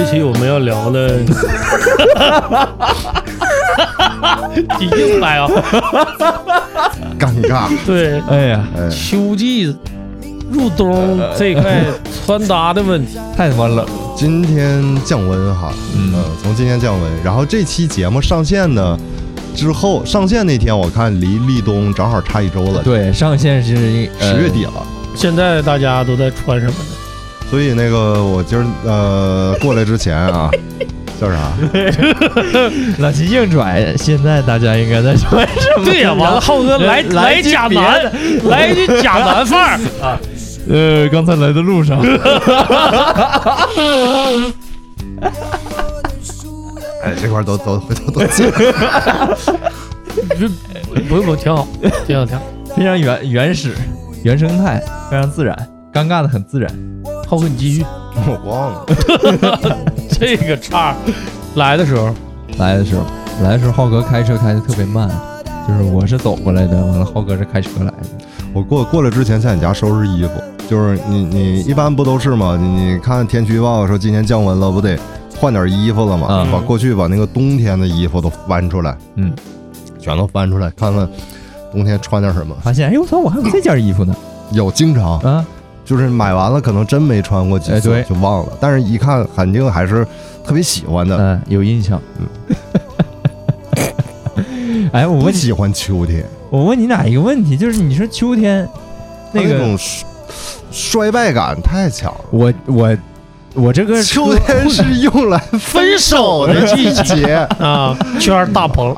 期我们要聊的，你硬来啊！ 尴尬。 对， 哎呀， 秋季入冬这一块穿搭的问题， 太他妈冷。 今天降温哈，从今天降温，然后这期节目上线呢之后，上线那天我看离立冬正好差1周了。 对，上线是 10月底了。 现在大家都在穿什么呢？ 所以那个我今儿过来之前啊，叫啥？ 老齐硬拽，现在大家应该在穿什么？ 对呀，完了，浩哥来假男，来一句假男范儿啊！ 刚才来的路上。 哎，这块都回头都记。 不用，挺好，挺好， 非常原始、原生态，非常自然，尴尬的很自然。 浩哥，你继续。 我忘了这个叉来的时候， 浩哥开车开的特别慢，就是我是走过来的，完了浩哥是开车来的。 我过来之前在你家收拾衣服，就是你一般不都是吗？你看天气预报说今天降温了，不得换点衣服了吗？把过去把那个冬天的衣服都翻出来，全都翻出来看看冬天穿点什么。 发现哎我操，我还有这件衣服呢。 有经常啊，就是买完了可能真没穿过几次就忘了，但是一看肯定还是特别喜欢的， 有印象。哎，我问你， 喜欢秋天。 我问你哪一个问题？就是你说秋天那种衰败感太强了。 我这个秋天是用来分手的季节啊，圈大棚。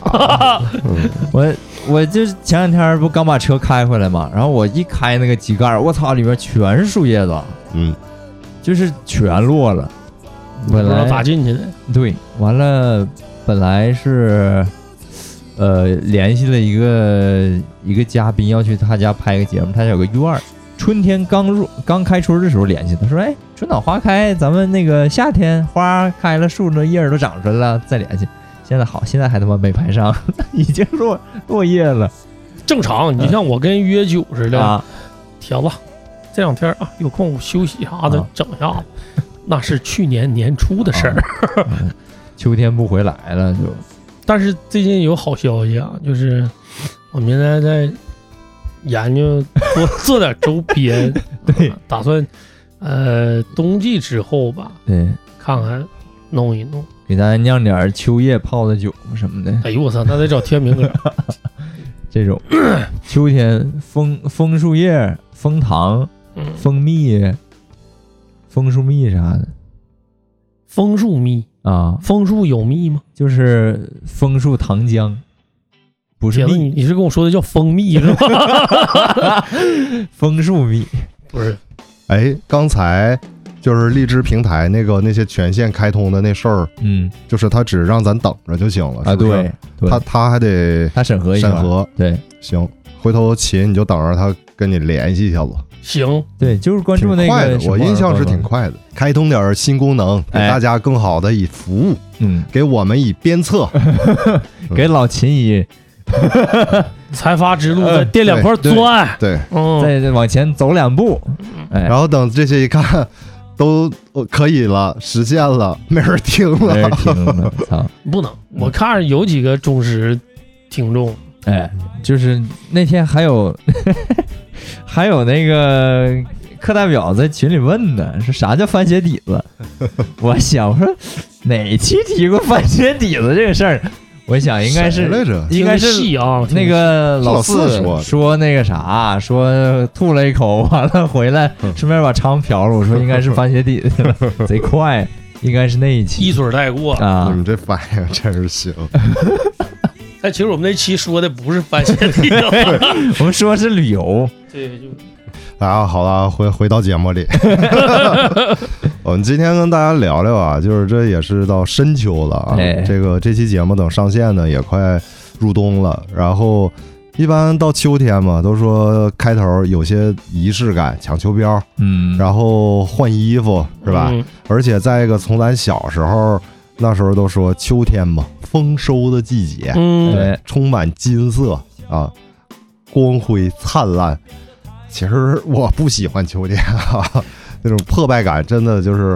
我就前两天不刚把车开回来嘛，然后我一开那个机盖，我操，里面全是树叶子，就是全落了。本来咋进去的？ 对，完了，本来是联系了一个嘉宾要去他家拍个节目，他家有个院儿，春天刚开春的时候联系他说，哎，春暖花开，咱们那个夏天花开了，树的叶儿都长出来了，再联系。现在还他妈没排上，已经落叶了。 正常，你像我跟约酒似的，条子这两天啊有空休息啥的，整一下子，那是去年年初的事儿。 秋天不回来了就。 但是最近有好消息啊，就是我们现在在研究做点周边， 对， 打算冬季之后吧， 对， 看看弄一弄。 给大家酿点秋叶泡的酒什么的。 哎呦我操，那得找天明哥。 这种秋天枫树叶、枫糖、蜂蜜、枫树蜜啥的。 枫树蜜啊？ 枫树有蜜吗？ 就是枫树糖浆，不是蜜。 你是跟我说的叫蜂蜜是吧？ 枫树蜜不是。 哎，刚才。就是荔枝平台那些权限开通的那事儿，就是他只让咱等着就行了啊。对， 他还得他审核一下，对， 行，回头秦你就等着他跟你联系一下子。 行， 对，就是关注那个， 我印象是挺快的，开通点新功能，给大家更好的以服务，给我们以鞭策， 给老秦以财阀之路再垫2块砖， 对， 再往前走2步， 然后等这些一看。都可以了，实现了，没人听了， 操！ 不能，我看着有几个忠实听众， 就是那天还有那个课代表在群里问的，说啥叫番茄底子？我想我说哪期提过番茄底子这个事儿？我想应该是那个老四说那个啥，说吐了一口，完了回来顺便把汤瓢了。我说应该是番茄底子了，贼快，应该是那一期一嘴带过啊！ 你们这反应真是行。 但其实我们那期说的不是番茄底子， 我们说是旅游。 对，就好了，回到节目里。我们今天跟大家聊聊啊，就是这也是到深秋了啊，这期节目等上线呢也快入冬了，然后一般到秋天嘛，都说开头有些仪式感，抢秋膘，然后换衣服是吧？而且再一个，从咱小时候那时候都说秋天嘛，丰收的季节， 对， 充满金色啊，光辉灿烂。其实我不喜欢秋天啊，那种破败感真的就是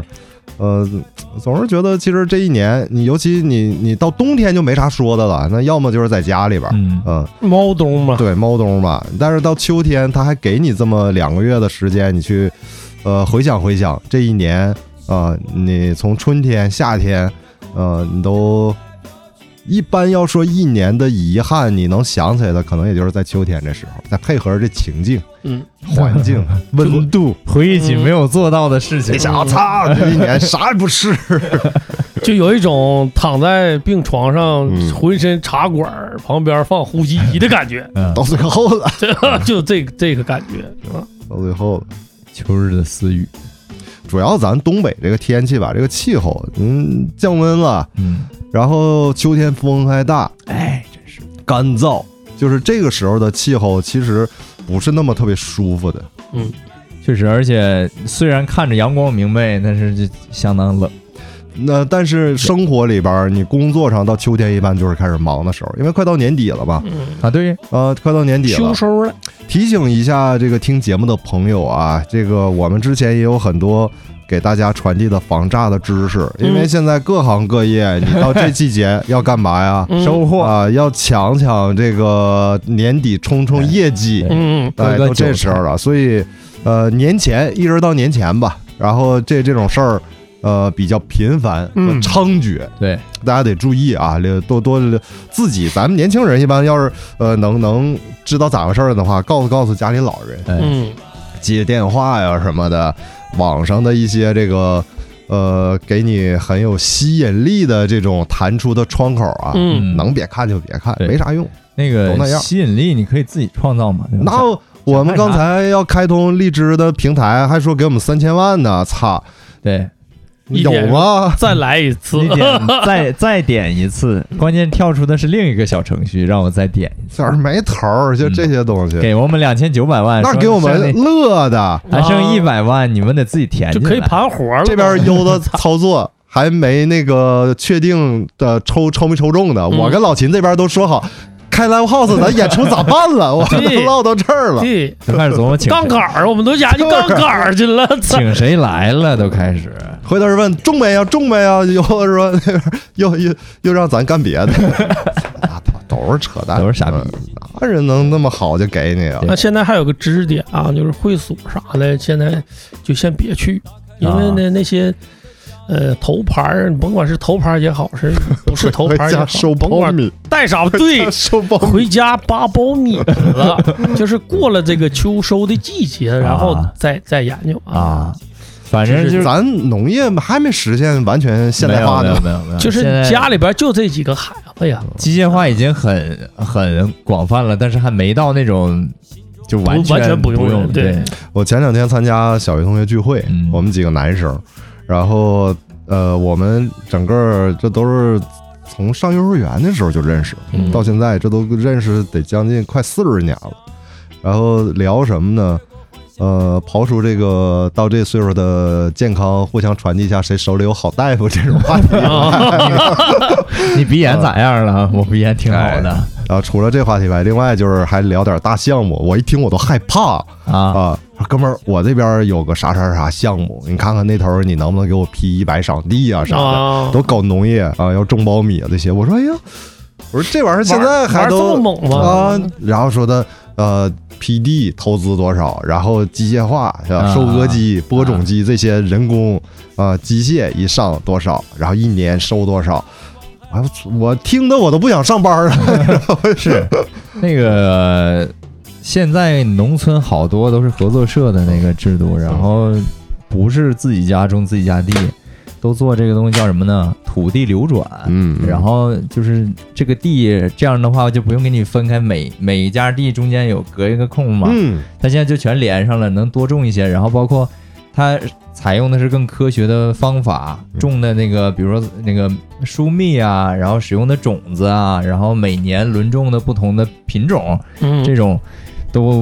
总是觉得其实这一年，尤其你到冬天就没啥说的了，那要么就是在家里边， 猫冬嘛， 对，猫冬嘛。但是到秋天，他还给你这么2个月的时间，你去回想这一年你从春天、夏天，你都一般要说一年的遗憾，你能想起来的，可能也就是在秋天这时候，再配合着这情境、环境、温度， 回忆起没有做到的事情， 你想，操，这一年啥也不是， 就有一种躺在病床上，浑身插管旁边放呼吸机的感觉， 到最后了， 就这个感觉， 到最后了， 秋日的私语。 主要咱东北这个天气吧，这个气候，降温了，然后秋天风还大， 哎，真是干燥，就是这个时候的气候其实不是那么特别舒服的。 确实，而且虽然看着阳光明媚，但是就相当冷。 那但是生活里边，你工作上到秋天一般就是开始忙的时候，因为快到年底了吧？ 对， 快到年底了， 秋收了。 提醒一下这个听节目的朋友啊，这个我们之前也有很多给大家传递的防诈的知识，因为现在各行各业，你到这季节要干嘛呀？ 收获啊，要抢这个年底冲业绩，都这时候了，所以年前一直到年前吧，然后这种事儿。比较频繁和猖獗， 对， 大家得注意啊！多自己，咱们年轻人一般要是能知道咋回事的话，告诉家里老人，接电话呀什么的，网上的一些这个给你很有吸引力的这种弹出的窗口啊，能别看就别看，没啥用。 那个吸引力你可以自己创造嘛。 那我们刚才要开通荔枝的平台，还说给我们3000万呢，操！ 对。 有吗？ 再来一次， 再点一次，关键跳出的是另一个小程序，让我再点一次， 这没头，就这些东西。 给我们2900万， 那给我们乐的， 还剩100万，你们得自己填进来， 就可以盘活了。 这边优的操作还没那个确定的抽没抽中的，我跟老秦这边都说好。开 live house 咱演出咋办了？我都唠到这儿了， 就开始琢磨请杠杆儿，我们都压进杠杆儿去了， 请谁来了都开始。 回头问中没有，有的说那边又让咱干别的，都是扯淡， 都是傻逼。 哪人能那么好就给你啊？ 那现在还有个知识点啊，就是会所啥的，现在就先别去，因为那些。头牌甭管是头牌也好，是不是头牌也好，甭管带啥对，回家扒苞米了，就是过了这个秋收的季节，然后再研究啊。 反正就是咱农业还没实现完全现代化呢， 没有， 就是家里边就这几个孩子呀， 机械化已经很广泛了，但是还没到那种。就完全不用。对， 我前2天参加小学同学聚会，我们几个男生。然后我们整个这都是从上幼儿园的时候就认识，到现在这都认识得将近快40年了。然后聊什么呢？刨出这个到这岁数的健康，互相传递一下谁手里有好大夫这种话题。 你鼻炎咋样了？我鼻炎挺好的。 然后除了这话题外，另外就是还聊点大项目。我一听我都害怕啊！哥们儿，我这边有个啥项目，你看看那头你能不能给我批100场地啊啥的，都搞农业啊，要种苞米啊这些。我说哎呀，我说这玩意儿现在还都这么猛吗？ 啊，然后说的批地投资多少，然后机械化收割机、播种机这些人工机械一上多少，然后1年收多少。我听的我都不想上班了。 是那个现在农村好多都是合作社的那个制度，然后不是自己家种自己家地，都做这个东西叫什么呢？土地流转。然后就是这个地这样的话就不用给你分开，每一家地中间有隔一个空嘛。它现在就全连上了，能多种一些。然后包括它采用的是更科学的方法，种的那个比如说那个疏蜜啊，然后使用的种子啊，然后每年轮种的不同的品种，这种都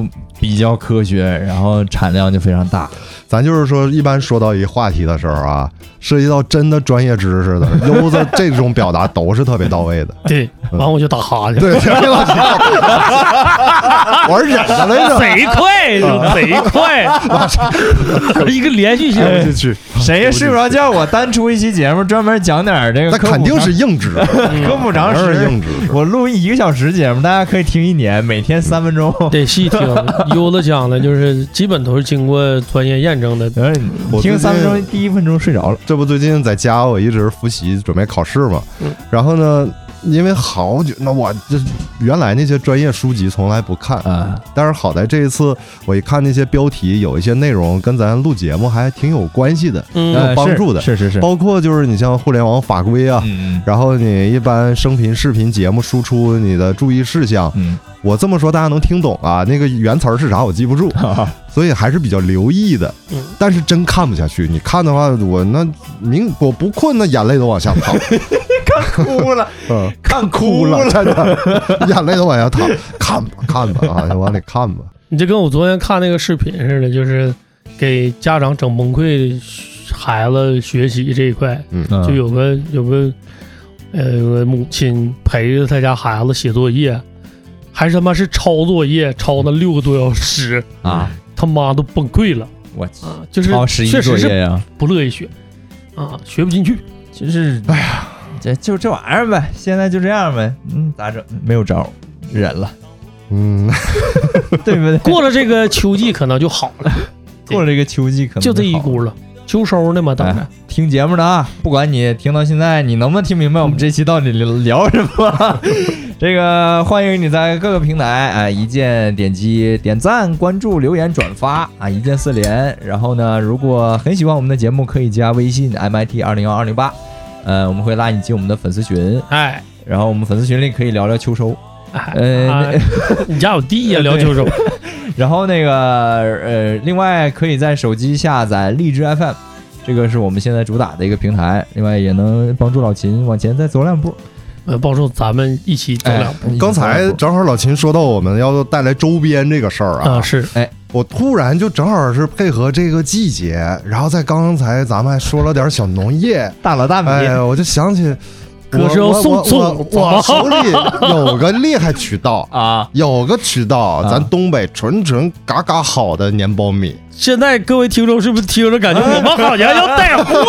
比较科学，然后产量就非常大。 咱就是说，一般说到一话题的时候啊，涉及到真的专业知识的，优子这种表达都是特别到位的。 对，完我就打哈欠。 对，我是忍着来着， 贼快，贼快，一个连续性进去。 谁也睡不着觉，我单出一期节目，专门讲点这个。 那肯定是硬知识， 科普常识， 硬知识。 我录1个小时节目，大家可以听1年，每天3分钟， 得细听。优子讲的就是基本都是经过专业验证的。 我听3分钟，第1分钟睡着了。 这不最近在家我一直复习准备考试嘛，然后呢，因为好久，那我这原来那些专业书籍从来不看啊，但是好在这一次我一看那些标题，有一些内容跟咱录节目还挺有关系的，有帮助的， 是， 包括就是你像互联网法规啊，然后你一般声频、视频节目输出你的注意事项，我这么说大家能听懂啊，那个原词儿是啥我记不住，所以还是比较留意的。但是真看不下去，你看的话，我不困，那眼泪都往下淌。 看哭了， 看哭了，真的，眼泪都往下淌。看吧啊，就往里看吧。 你这跟我昨天看那个视频似的，就是给家长整崩溃孩子学习这一块，就有个母亲陪着他家孩子写作业，还是他妈是抄作业，抄了6个多小时啊，他妈都崩溃了。 我啊，就是确实是不乐意学啊，学不进去。 就是哎呀。这玩意儿呗，现在就这样呗，咋整？没有招，忍了，对不对？ 过了这个秋季可能就好了， 过了这个秋季可能就这一股了，秋收呢嘛，等着。 听节目的啊，不管你听到现在，你能不能听明白我们这期到底聊什么？这个欢迎你在各个平台一键点击点赞、关注、留言、转发一键4连。然后呢，如果很喜欢我们的节目，可以加微信 MIT211208。我们会拉你进我们的粉丝群，然后我们粉丝群里可以聊聊秋收， 你家有地呀，聊秋收。 然后那个另外可以在手机下载荔枝 FM， 这个是我们现在主打的一个平台，另外也能帮助老秦往前再走2步。 帮助咱们一起走2步。 刚才正好老秦说到我们要带来周边这个事儿啊， 是， 我突然就正好是配合这个季节，然后在刚才咱们还说了点小农业， 大米， 我就想起我是要送我手里有个厉害渠道啊，有个渠道，咱东北纯嘎嘎好的粘苞米。 现在各位听众是不是听着感觉我们好像要带货？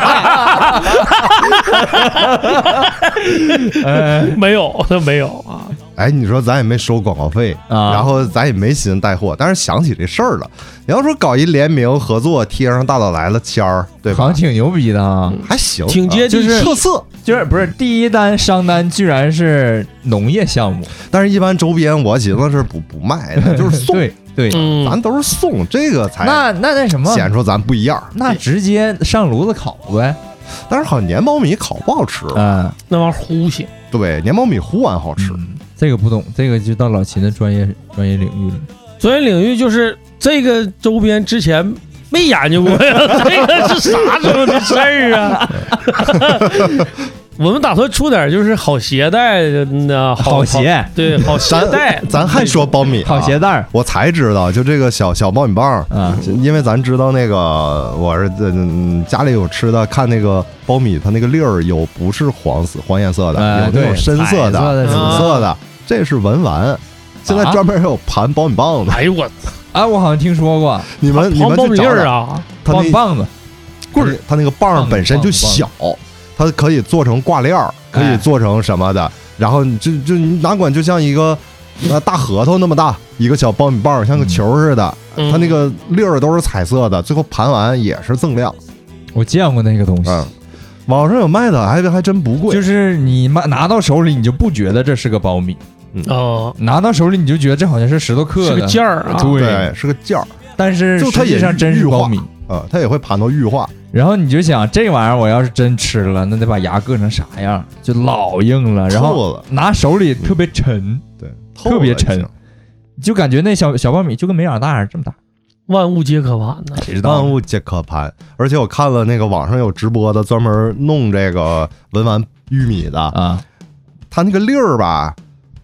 没有啊。 你说咱也没收广告费啊，然后咱也没心带货，但是想起这事儿了。你要说搞一联名合作，贴上大佬来了签儿，对吧？ 好像挺牛逼的啊， 还行， 挺接地气， 特色。 就是不是第一单商单居然是农业项目， 但是一般周边我寻思是不卖的，就是送。 对， 咱都是送，这个才那什么显出咱不一样。 那直接上炉子烤呗。 但是好像粘苞米烤不好吃， 那玩意儿糊行。 对，粘苞米糊完好吃。 这个不懂，这个就到老秦的专业领域了。 专业领域就是这个周边之前没研究过呀，这个是啥时候的事儿啊？我们打算出点就是好鞋带的， 好鞋， 对，好鞋带。 咱还说苞米， 好鞋带， 我才知道，就这个小苞米棒啊，因为咱知道那个，我是家里有吃的，看那个苞米，它那个粒儿有不是黄颜色的，有那种深色的、紫色的，这是文玩。现在专门有盘苞米棒子。 哎呦我， 我好像听说过， 你们去找啊， 苞米棒子， 棍儿，它那个棒本身就小。它可以做成挂链，可以做成什么的，然后就哪管就像一个大核桃那么大一个小苞米棒，像个球似的，它那个粒儿都是彩色的，最后盘完也是锃亮。 我见过那个东西， 网上有卖的，还真不贵。 就是你拿到手里，你就不觉得这是个苞米拿到手里你就觉得这好像是石头刻的， 是个件儿啊， 对，是个件儿， 但是实际上真是苞米它也会盘到玉化。 然后你就想，这玩意儿我要是真吃了，那得把牙硌成啥样？就老硬了，然后拿手里特别沉， 对， 特别沉，就感觉那小苞米就跟没长大这么大。 万物皆可盘呢， 万物皆可盘。而且我看了那个网上有直播的，专门弄这个文玩玉米的啊，它那个粒儿吧，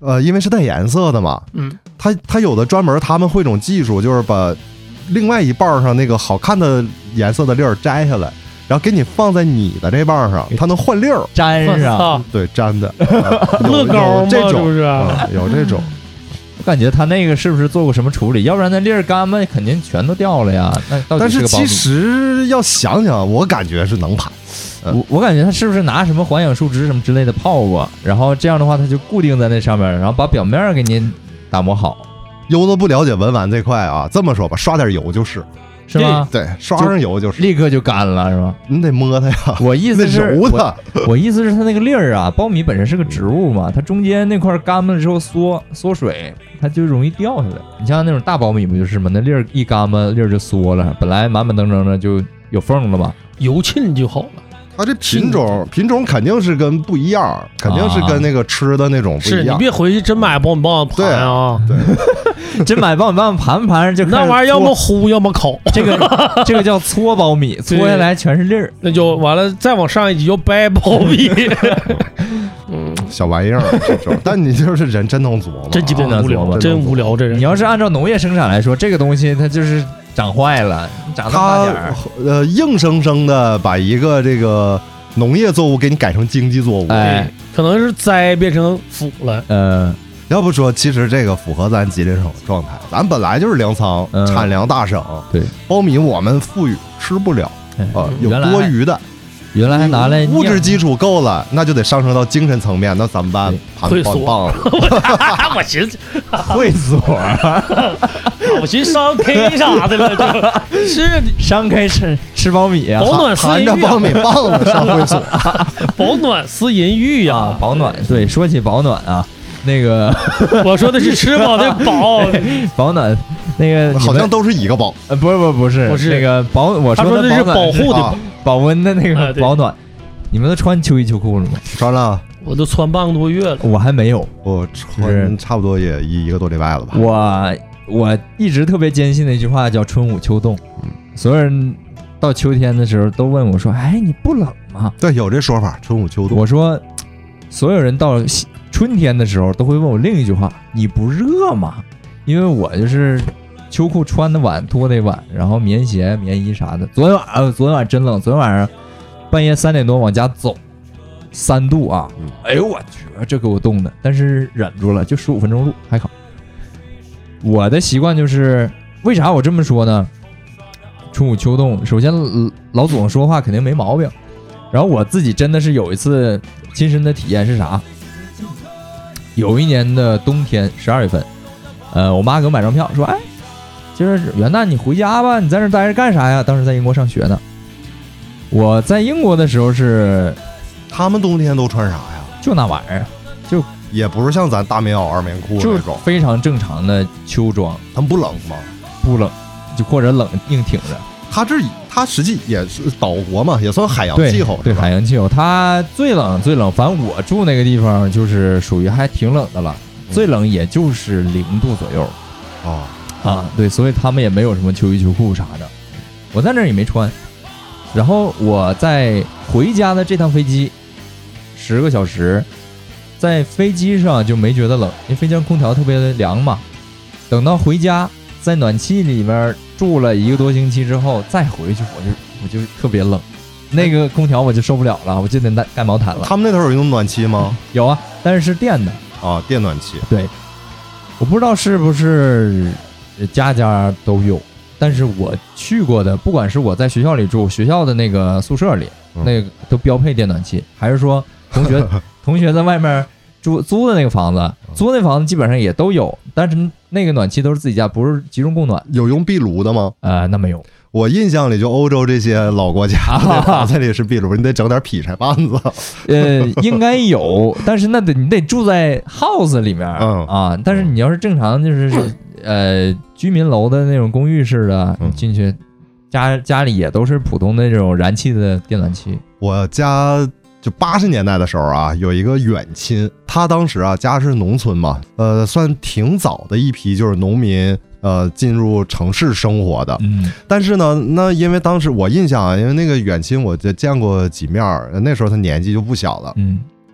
因为是带颜色的嘛，它有的专门他们会种技术，就是把另外一半上那个好看的颜色的粒儿摘下来，然后给你放在你的这半上，它能换粒儿， 粘上， 对，粘的， 乐高这种是不是？ 有这种。 我感觉他那个是不是做过什么处理？要不然那粒儿干嘛肯定全都掉了呀。那到底是个苞米？ 但是其实要想想，我感觉是能盘。 我感觉他是不是拿什么环氧树脂什么之类的泡过，然后这样的话它就固定在那上面，然后把表面给你打磨好。 优子不了解文玩这块啊，这么说吧，刷点油就是吗？ 对，刷上油就是立刻就干了是吧？ 你得摸它呀。 我意思是揉它。 我意思是它那个粒儿啊，苞米本身是个植物嘛，它中间那块干了之后缩水，它就容易掉下来。你像那种大苞米不就是吗？那粒儿一干嘛，粒儿就缩了，本来满满登登的就有缝了嘛， 油浸就好了。 它这品种肯定是跟不一样，肯定是跟那个吃的那种不一样。 是你别回去真买苞米棒盘啊！ 对， 真买苞米棒盘就那玩意儿要么烀要么烤。这个叫搓苞米，搓下来全是粒儿， 那就完了。再往上一级就掰苞米。 小玩意儿这种，但你就是人真能琢磨， 真鸡巴无聊，真无聊。这人， 你要是按照农业生产来说，这个东西它就是长坏了，长那么大点儿，硬生生的把一个这个农业作物给你改成经济作物， 哎， 可能是栽变成腐了。 要不说其实这个符合咱吉林省的状态，咱本来就是粮仓，产粮大省， 对， 苞米我们富裕吃不了，有多余的。 原来还拿来物质基础够了，那就得上升到精神层面，那怎么办？ 会所，我寻思会所， 我寻思上 K 啥的了，就是上 K 吃苞米啊， 保暖私淫欲，苞米棒子上会所， 保暖私淫欲呀， 保暖。对，说起保暖啊，那个我说的是吃饱的饱， 保暖那个好像都是一个保， 不是那个保，我说的是保护的。 保温的那个保暖，你们都穿秋衣秋裤了吗？ 穿了， 我都穿半个多月了。 我还没有， 我穿差不多也一个多礼拜了吧。 我一直特别坚信的一句话叫春捂秋冻，所有人到秋天的时候都问我说：“哎，你不冷吗？” 对，有这说法，春捂秋冻。 我说，所有人到春天的时候都会问我另一句话：“你不热吗？”因为我就是秋裤穿的晚，脱的晚，然后棉鞋、棉衣啥的。昨天晚真冷，昨天晚上半夜3点多往家走，3度啊！哎呦我去，这给我冻的，但是忍住了，就15分钟路还好。我的习惯就是，为啥我这么说呢？春捂秋冻，首先老总说话肯定没毛病，然后我自己真的是有一次亲身的体验是啥？有一年的冬天12月份，我妈给我买张票，说，哎。就是元旦你回家吧，你在这待着干啥呀？当时在英国上学呢。我在英国的时候是， 他们冬天都穿啥呀？ 就那玩意儿，就也不是像咱大棉袄、二棉裤那种， 非常正常的秋装。 他们不冷吗？ 不冷，就或者冷硬挺着。 它实际也是岛国嘛，也算海洋气候。 对，海洋气候，它最冷，反正我住那个地方就是属于还挺冷的了，最冷也就是0度左右。对，所以他们也没有什么秋衣秋裤啥的，我在那儿也没穿。然后我在回家的这趟飞机10个小时，在飞机上就没觉得冷，因为飞机上空调特别的凉嘛。等到回家，在暖气里面住了1个多星期之后，再回去我就特别冷，那个空调我就受不了了，我就得盖毛毯了。 他们那头有用暖气吗？ 有啊，但是电的电暖气。 对，我不知道是不是家家都有，但是我去过的，不管是我在学校里住，学校的那个宿舍里，那个都标配电暖气，还是说同学在外面租的那个房子，租那房子基本上也都有，但是那个暖气都是自己家，不是集中供暖。 有用壁炉的吗？ 那没有。 我印象里就欧洲这些老国家的房子里是壁炉，你得整点劈柴棒子。 应该有，但是你得住在 house 里面但是你要是正常就是居民楼的那种公寓式的，进去家里也都是普通的这种燃气的电暖气。 我家就80年代的时候啊，有一个远亲，他当时家是农村嘛，算挺早的一批就是农民进入城市生活的。但是呢，那因为当时我印象因为那个远亲我就见过几面，那时候他年纪就不小了。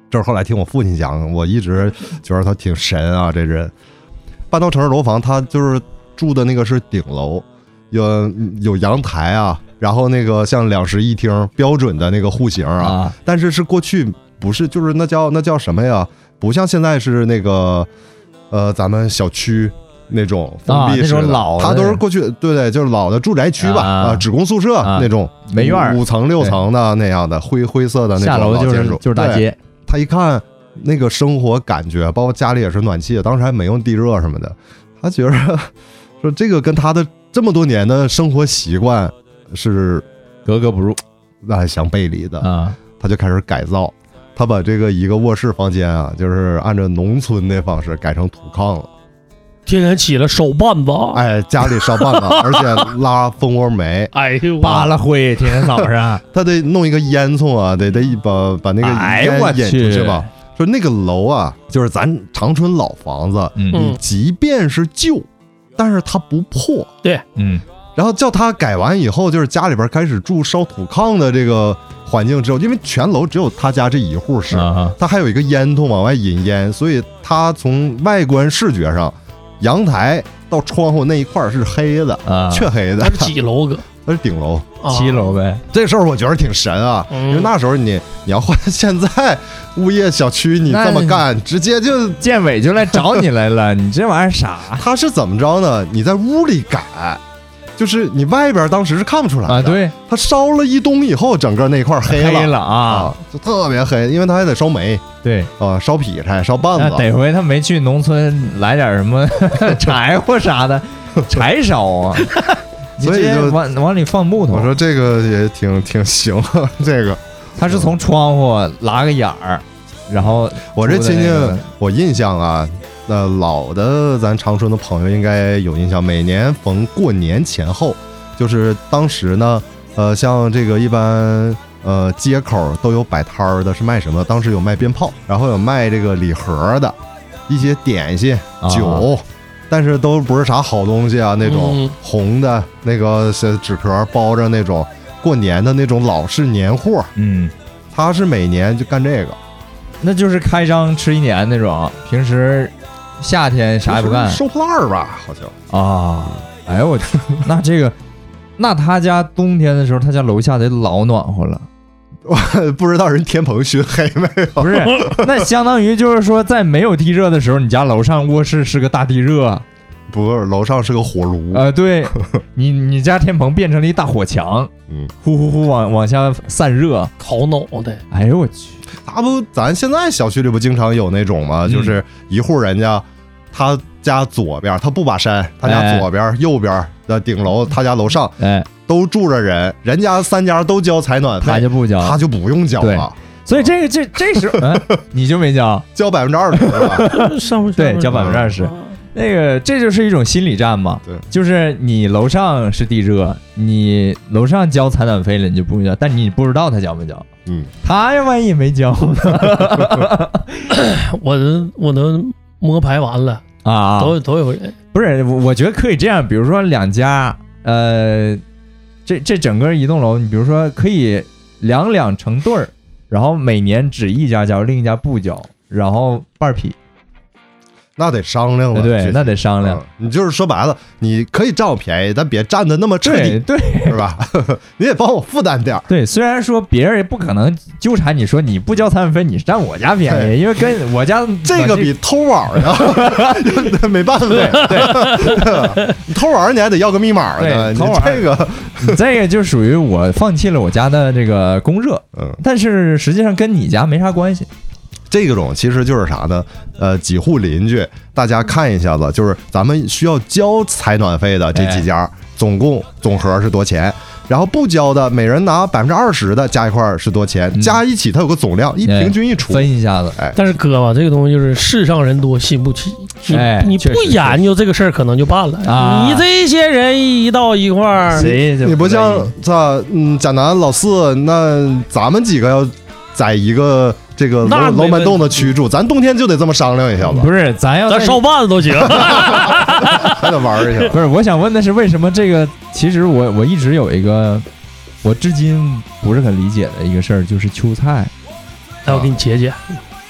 这是后来听我父亲讲，我一直觉得他挺神啊，这人。半岛城市楼房，他就是住的那个是顶楼，有阳台啊，然后那个像2室1厅标准的那个户型啊，但是过去不是，就是那叫什么呀？不像现在是那个咱们小区那种封闭式的， 那种老的， 它都是过去对，就是老的住宅区吧，职工宿舍那种没院 5层6层的那样的灰色的那种老建筑， 就是大街。 他一看那个生活感觉，包括家里也是暖气的，当时还没用地热什么的，他觉得说这个跟他的这么多年的生活习惯是格格不入， 相背离的啊。 他就开始改造，他把这个一个卧室房间啊，就是按照农村的方式改成土炕了。 天天起来烧笆子， 家里烧笆子，而且拉蜂窝煤， 扒拉灰，天天早上他得弄一个烟囱啊，得把那个烟引出去吧。说那个楼啊，就是咱长春老房子，你即便是旧，但是它不破， 对， 然后叫他改完以后，就是家里边开始住烧土炕的这个环境之后，因为全楼只有他家这一户是，他还有一个烟囱往外引烟，所以他从外观视觉上。阳台到窗户那一块是黑的，黢黑的。 它是几楼哥？ 它是顶楼 ，7楼呗。 这时候我觉得挺神啊，因为那时候你要换现在物业小区，你这么干，直接就建委就来找你来了。你这玩意儿啥？ 他是怎么着呢？你在屋里改，就是你外边当时是看不出来的啊。对， 他烧了一冬以后，整个那块黑了啊， 就特别黑，因为他还得烧煤。 对烧劈柴、烧棒子。 得回他没去农村来点什么柴火啥的，柴烧啊。 所以就往里放木头。 我说这个也挺行，这个他是从窗户拉个眼儿，然后我这亲戚，我印象啊，老的咱长春的朋友应该有印象，每年逢过年前后，就是当时呢，像这个一般。街口都有摆摊儿的，是卖什么？当时有卖鞭炮，然后有卖这个礼盒的一些点心、酒，但是都不是啥好东西啊，那种红的那个纸壳包着那种过年的那种老式年货。他是每年就干这个， 那就是开张吃1年那种，平时夏天啥也不干， 收破烂吧，好像啊。哎呦我去，那这个。那他家冬天的时候，他家楼下得老暖和了。 我不知道人天棚熏黑没有？ 不是，那相当于就是说，在没有地热的时候，你家楼上卧室是个大地热， 不是，楼上是个火炉。 对，你家天棚变成了一大火墙，呼呼呼往下散热， 烤脑袋。 哎呦我去， 他不，咱现在小区里不经常有那种吗？就是一户人家，他家左边他不把山，他家左边、右边的顶楼，他家楼上，都住着人，人家3家都交采暖费， 他就不交， 他就不用交了。 所以这时你就没交 20%是吧？ 对，交20%。那个这就是一种心理战嘛， 对， 就是你楼上是地热，你楼上交采暖费了，你就不用交，但你不知道他交没交。他要万一没交呢？ 我能摸排完了。都有人， 不是，我觉得可以这样，比如说2家，这整个一栋楼，你比如说可以两成对儿，然后每年只一家交，另一家不交，然后半劈。 那得商量了， 对，那得商量。 你就是说白了，你可以占我便宜，但别占的那么彻底， 对， 是吧？你得帮我负担点。 对，虽然说别人也不可能纠缠你说你不交采暖费，你占我家便宜，因为跟我家这个比偷网呀，没办法。对，你偷网你还得要个密码呢。 偷网这个就属于我放弃了我家的这个供热，但是实际上跟你家没啥关系。 这种其实就是啥呢？几户邻居，大家看一下子，就是咱们需要交采暖费的这几家，总和是多钱？然后不交的，每人拿20%的加一块是多钱？加一起它有个总量，平均一除， 分一下子。 但是哥吧，这个东西就是世上人多心不齐，你不研究这个事儿，可能就办了。你这些人一到一块儿， 你不像贾南老四，那咱们几个要在一个这个楼门洞的区住，咱冬天就得这么商量一下子。 不是，咱烧笆子都行， 还得玩一下。 不是，我想问的是，为什么这个？其实我一直有一个，我至今不是很理解的一个事儿，就是秋菜。 那我给你解解，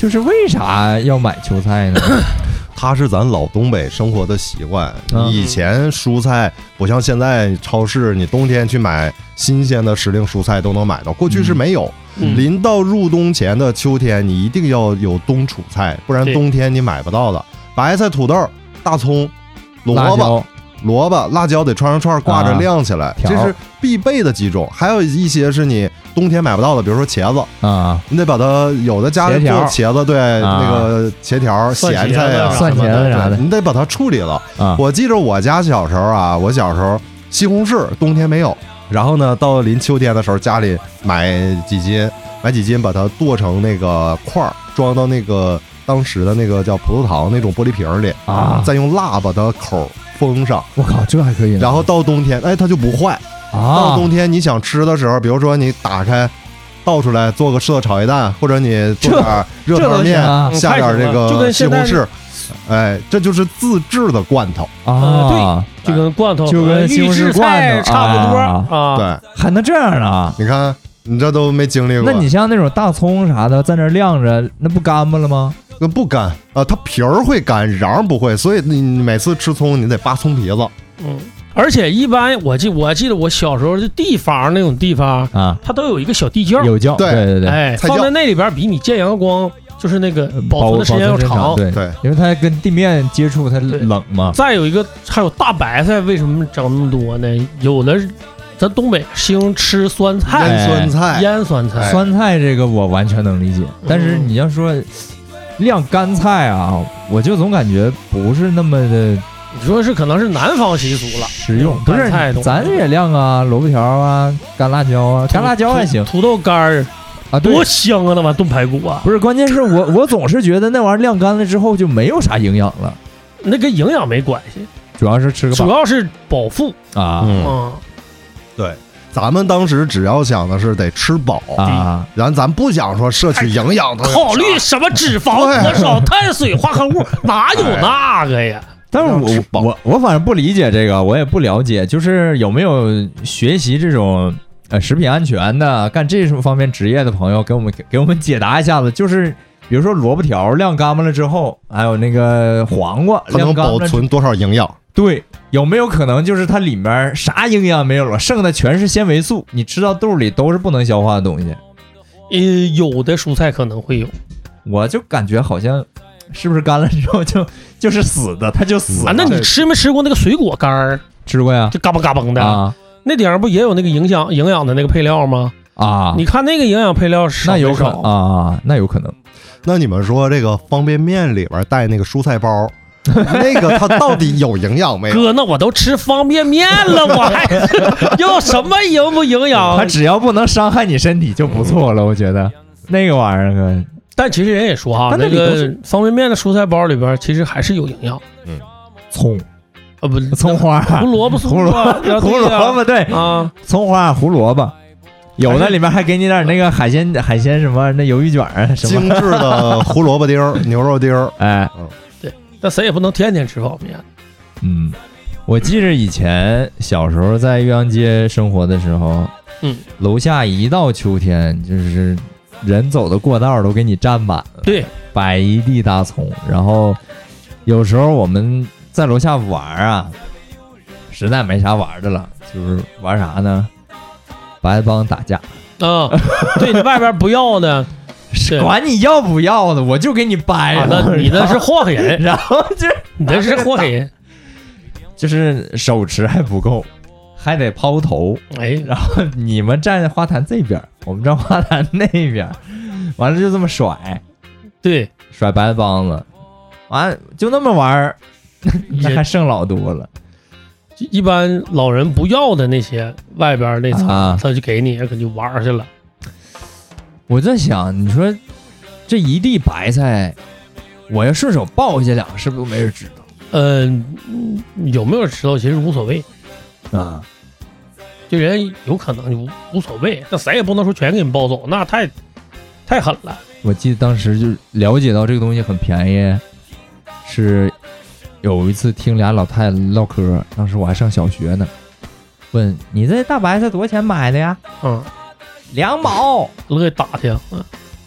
就是为啥要买秋菜呢？ 它是咱老东北生活的习惯。以前蔬菜不像现在超市，你冬天去买新鲜的时令蔬菜都能买到，过去是没有。临到入冬前的秋天，你一定要有冬储菜，不然冬天你买不到的。白菜、土豆、大葱、萝卜、辣椒得串上串挂着晾起来，这是必备的几种。还有一些是你冬天买不到的，比如说茄子啊，你得把它有的家里做茄子，对，那个茄条、咸菜啊、 蒜茄子啥的， 你得把它处理了。我记着我家小时候啊，我小时候西红柿冬天没有，然后呢，到临秋天的时候，家里买几斤，把它剁成那个块儿，装到那个当时的那个叫葡萄糖那种玻璃瓶里啊，再用蜡把它口封上。 我靠，这还可以。 然后到冬天，它就不坏。到冬天你想吃的时候，比如说你打开倒出来做个色炒鸡蛋，或者你做点热汤面，下点这个西红柿，这就是自制的罐头啊。对，就跟罐头就跟西红柿罐头差不多啊。对， 还能这样呢？ 你看你这都没经历过。 那你像那种大葱啥的在那晾着，那不干巴了吗？ 那不干啊，它皮儿会干，瓤不会，所以你每次吃葱你得扒葱皮子。 而且一般我记得我小时候的地方那种地方啊，它都有一个小地窖， 有窖， 对， 放在那里边比你见阳光就是那个保存的时间要长， 对，因为它跟地面接触它冷嘛。 再有一个还有大白菜，为什么长那么多呢？有的咱东北兴吃酸菜，腌酸菜， 酸菜这个我完全能理解，但是你要说晾干菜啊，我就总感觉不是那么的。 你说是可能是南方习俗了， 实用不是？咱也晾啊，萝卜条啊，干辣椒啊，干辣椒还行， 土豆干儿啊，多香啊！那玩意炖排骨啊， 不是，关键是我总是觉得那玩意儿晾干了之后就没有啥营养了， 那跟营养没关系， 主要是吃个饱， 主要是饱腹啊。 对，咱们当时只要想的是得吃饱啊，然后咱不想说摄取营养的， 考虑什么脂肪多少、碳水化合物，哪有那个呀？ 但是我反正不理解这个，我也不了解，就是有没有学习这种食品安全的，干这种方面职业的朋友给我们解答一下子。就是比如说萝卜条晾干巴了之后，还有那个黄瓜它能保存多少营养？ 对，有没有可能就是它里面啥营养没有了，剩的全是纤维素，你吃到肚里都是不能消化的东西？ 有的蔬菜可能会有， 我就感觉好像。是不是干了之后就是死的，它就死了？ 那你吃没吃过那个水果干儿？ 吃过呀， 就嘎巴嘎嘣的啊。 那顶上不也有那个营养的那个配料吗？ 啊， 你看那个营养配料少， 那有可能啊，那有可能。 那你们说这个方便面里边带那个蔬菜包，那个它到底有营养没有？ 哥，那我都吃方便面了，我还要什么营不营养？ 它只要不能伤害你身体就不错了，我觉得那个玩意儿。 但其实人也说哈，那个方便面的蔬菜包里边其实还是有营养。 葱啊不， 葱花、 胡萝卜、 胡萝卜对啊，葱花、胡萝卜，有的里面还给你点那个海鲜什么那鱿鱼卷啊什么精致的胡萝卜丁、牛肉丁， 对，但谁也不能天天吃方便面。 我记着以前小时候在岳阳街生活的时候，楼下一到秋天就是人走的过道都给你占满了， 对， 摆一地大葱。然后有时候我们在楼下玩啊，实在没啥玩的了，就是玩啥呢？白帮打架啊，对，你外边不要的， 管你要不要的，我就给你掰了。 你那是祸害人， 然后就你那是祸害人， 就是手持还不够。还得抛头，然后你们站在花坛这边，我们站花坛那边，完了就这么甩， 对， 甩白帮子，完了就那么玩，那还剩老多了。 一般老人不要的那些外边那层，他就给你，可就玩去了。 我在想，你说这一地白菜，我要顺手抱下两个，是不是都没人知道？ 有没有人知道其实无所谓啊。 就人有可能就无所谓，那谁也不能说全给你抱走，那太狠了。 我记得当时就了解到这个东西很便宜，是有一次听俩老太太唠嗑，当时我还上小学呢，问你这大白菜多少钱买的呀？2毛， 乐意打听。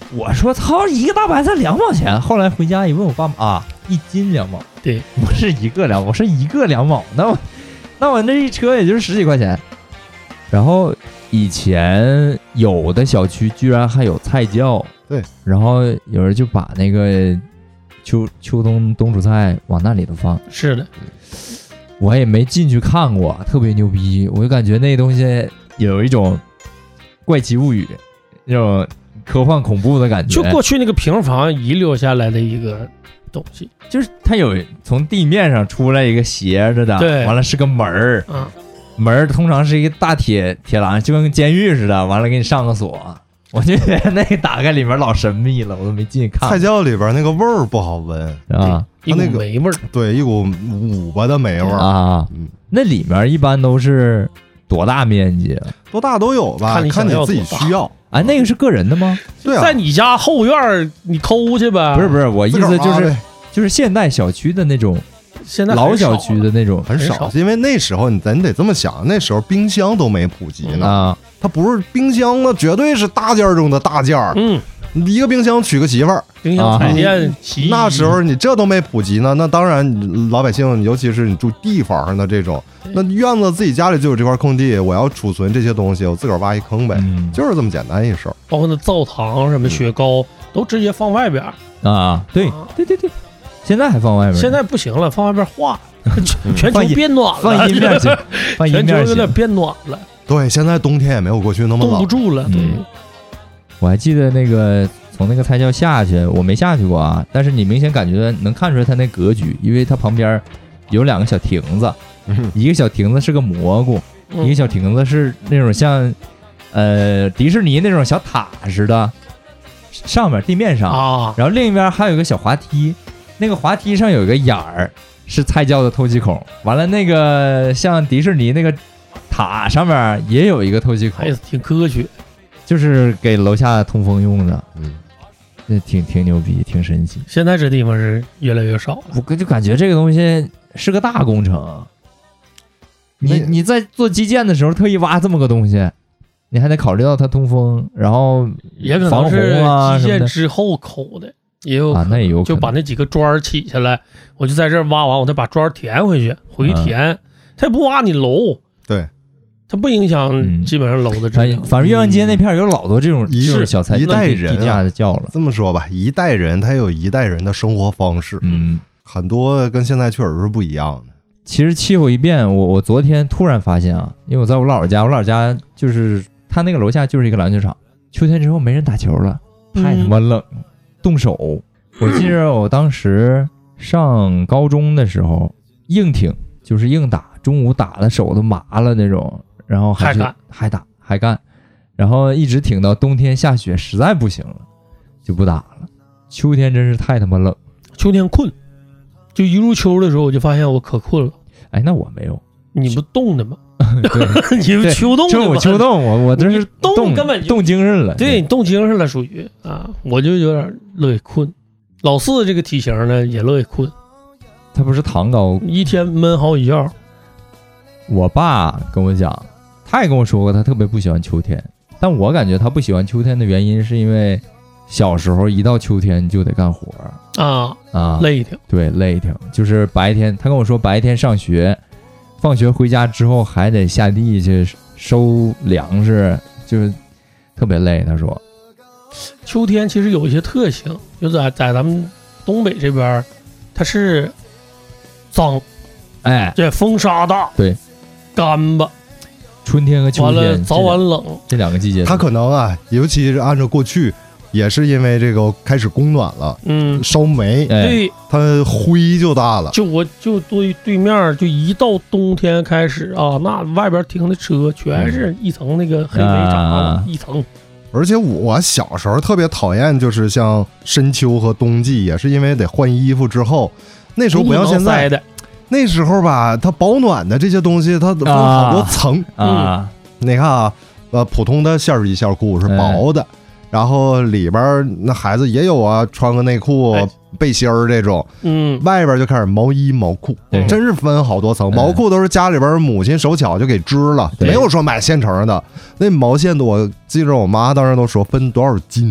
我说操，一个大白菜2毛钱。后来回家一问我爸妈啊，1斤2毛， 对， 不是一个2毛，我是一个2毛，那我那一车也就是10几块钱。然后以前有的小区居然还有菜窖， 对， 然后有人就把那个秋冬冬储菜往那里头放。 是的， 我也没进去看过，特别牛逼，我就感觉那东西有一种怪奇物语那种科幻恐怖的感觉， 就过去那个平房遗留下来的一个东西， 就是它有从地面上出来一个斜着的， 对， 完了是个门儿，门儿通常是一个大铁栏，就跟监狱似的，完了给你上个锁。我就觉得那个打开里面老神秘了，我都没进去看。 菜窖里边那个味儿不好闻啊， 一股霉味儿， 对，一股五巴的霉味儿啊。那里面一般都是多大面积？ 多大都有吧，看你自己需要。 哎，那个是个人的吗？ 对啊， 在你家后院你抠去呗。 不是，我意思就是现代小区的那种。 现在老小区的那种很少，因为那时候咱得这么想，那时候冰箱都没普及呢啊， 它不是冰箱了，绝对是大件中的大件。一个冰箱娶个媳妇儿， 冰箱彩电洗衣， 那时候你这都没普及呢，那当然老百姓，尤其是你住地方上的这种，那院子自己家里就有这块空地，我要储存这些东西，我自个儿挖一坑呗，就是这么简单一事儿。 包括那灶堂什么雪糕都直接放外边啊，对。现在还放外面， 现在不行了，放外边化，全球变暖了， 放阴面行，放阴面全球有点变暖了。 对，现在冬天也没有过去那么冷， 冻不住了。对， 我还记得那个从那个菜窖下去，我没下去过啊，但是你明显感觉能看出来它那格局，因为它旁边有2个小亭子，一个小亭子是个蘑菇，一个小亭子是那种像迪士尼那种小塔似的，上面地面上啊， 然后另一边还有一个小滑梯。那个滑梯上有一个眼儿，是菜窖的透气孔。完了，那个像迪士尼那个塔上面也有一个透气孔， 还挺科学， 就是给楼下通风用的。那挺牛逼，挺神奇。 现在这地方是越来越少了， 我就感觉这个东西是个大工程。你在做基建的时候特意挖这么个东西，你还得考虑到它通风，然后也可能是基建之后抠的。也有啊，那也有， 就把那几个砖起下来，我就在这挖完，我再把砖填回去，回填。他也不挖你楼， 对， 它不影响基本上楼的质量。 反正岳阳街那片有老多这种小菜， 一代人地价的叫了。 这么说吧，一代人他有一代人的生活方式，很多跟现在确实是不一样的。 其实气候一变，我昨天突然发现啊，因为我在我姥姥家，我姥姥家就是他那个楼下就是一个篮球场，秋天之后没人打球了，太他妈冷。动手，我记得我当时上高中的时候，硬挺就是硬打，中午打的手都麻了那种，然后还干，然后一直挺到冬天下雪，实在不行了就不打了。秋天真是太他妈冷， 秋天困，就一入秋的时候我就发现我可困了。 哎，那我没有， 你不冻的吗？ 对， 你是秋冻的吗？ 我秋冻，我真是冻，根本就冻精神了。 对，你冻精神了，属于啊，我就有点乐意困。老四这个体型呢，也乐意困。 他不是糖高， 一天闷好几觉。 我爸跟我讲，他也跟我说过，他特别不喜欢秋天。但我感觉他不喜欢秋天的原因，是因为小时候一到秋天就得干活啊， 累挺。 对，累挺。就是白天，他跟我说白天上学。放学回家之后还得下地去收粮食，就是特别累。他说， 秋天其实有一些特性，就在咱们东北这边，它是脏， 哎， 对，风沙大， 对， 干巴。 春天和秋天早晚冷这2个季节， 它可能啊，尤其是按照过去。也是因为这个开始供暖了，烧煤， 对， 它灰就大了。 我就对面，就一到冬天开始啊，那外边停的车全是一层那个黑煤渣，一层。 而且我小时候特别讨厌，就是像深秋和冬季，也是因为得换衣服之后，那时候不像现在的， 那时候吧，它保暖的这些东西，它分好多层你看啊，普通的线衣线裤是薄的。然后里边那孩子也有啊，穿个内裤、背心儿这种，外边就开始毛衣毛裤，真是分好多层。毛裤都是家里边母亲手巧就给织了，没有说买现成的。那毛线的，我记着我妈当时都说分多少斤，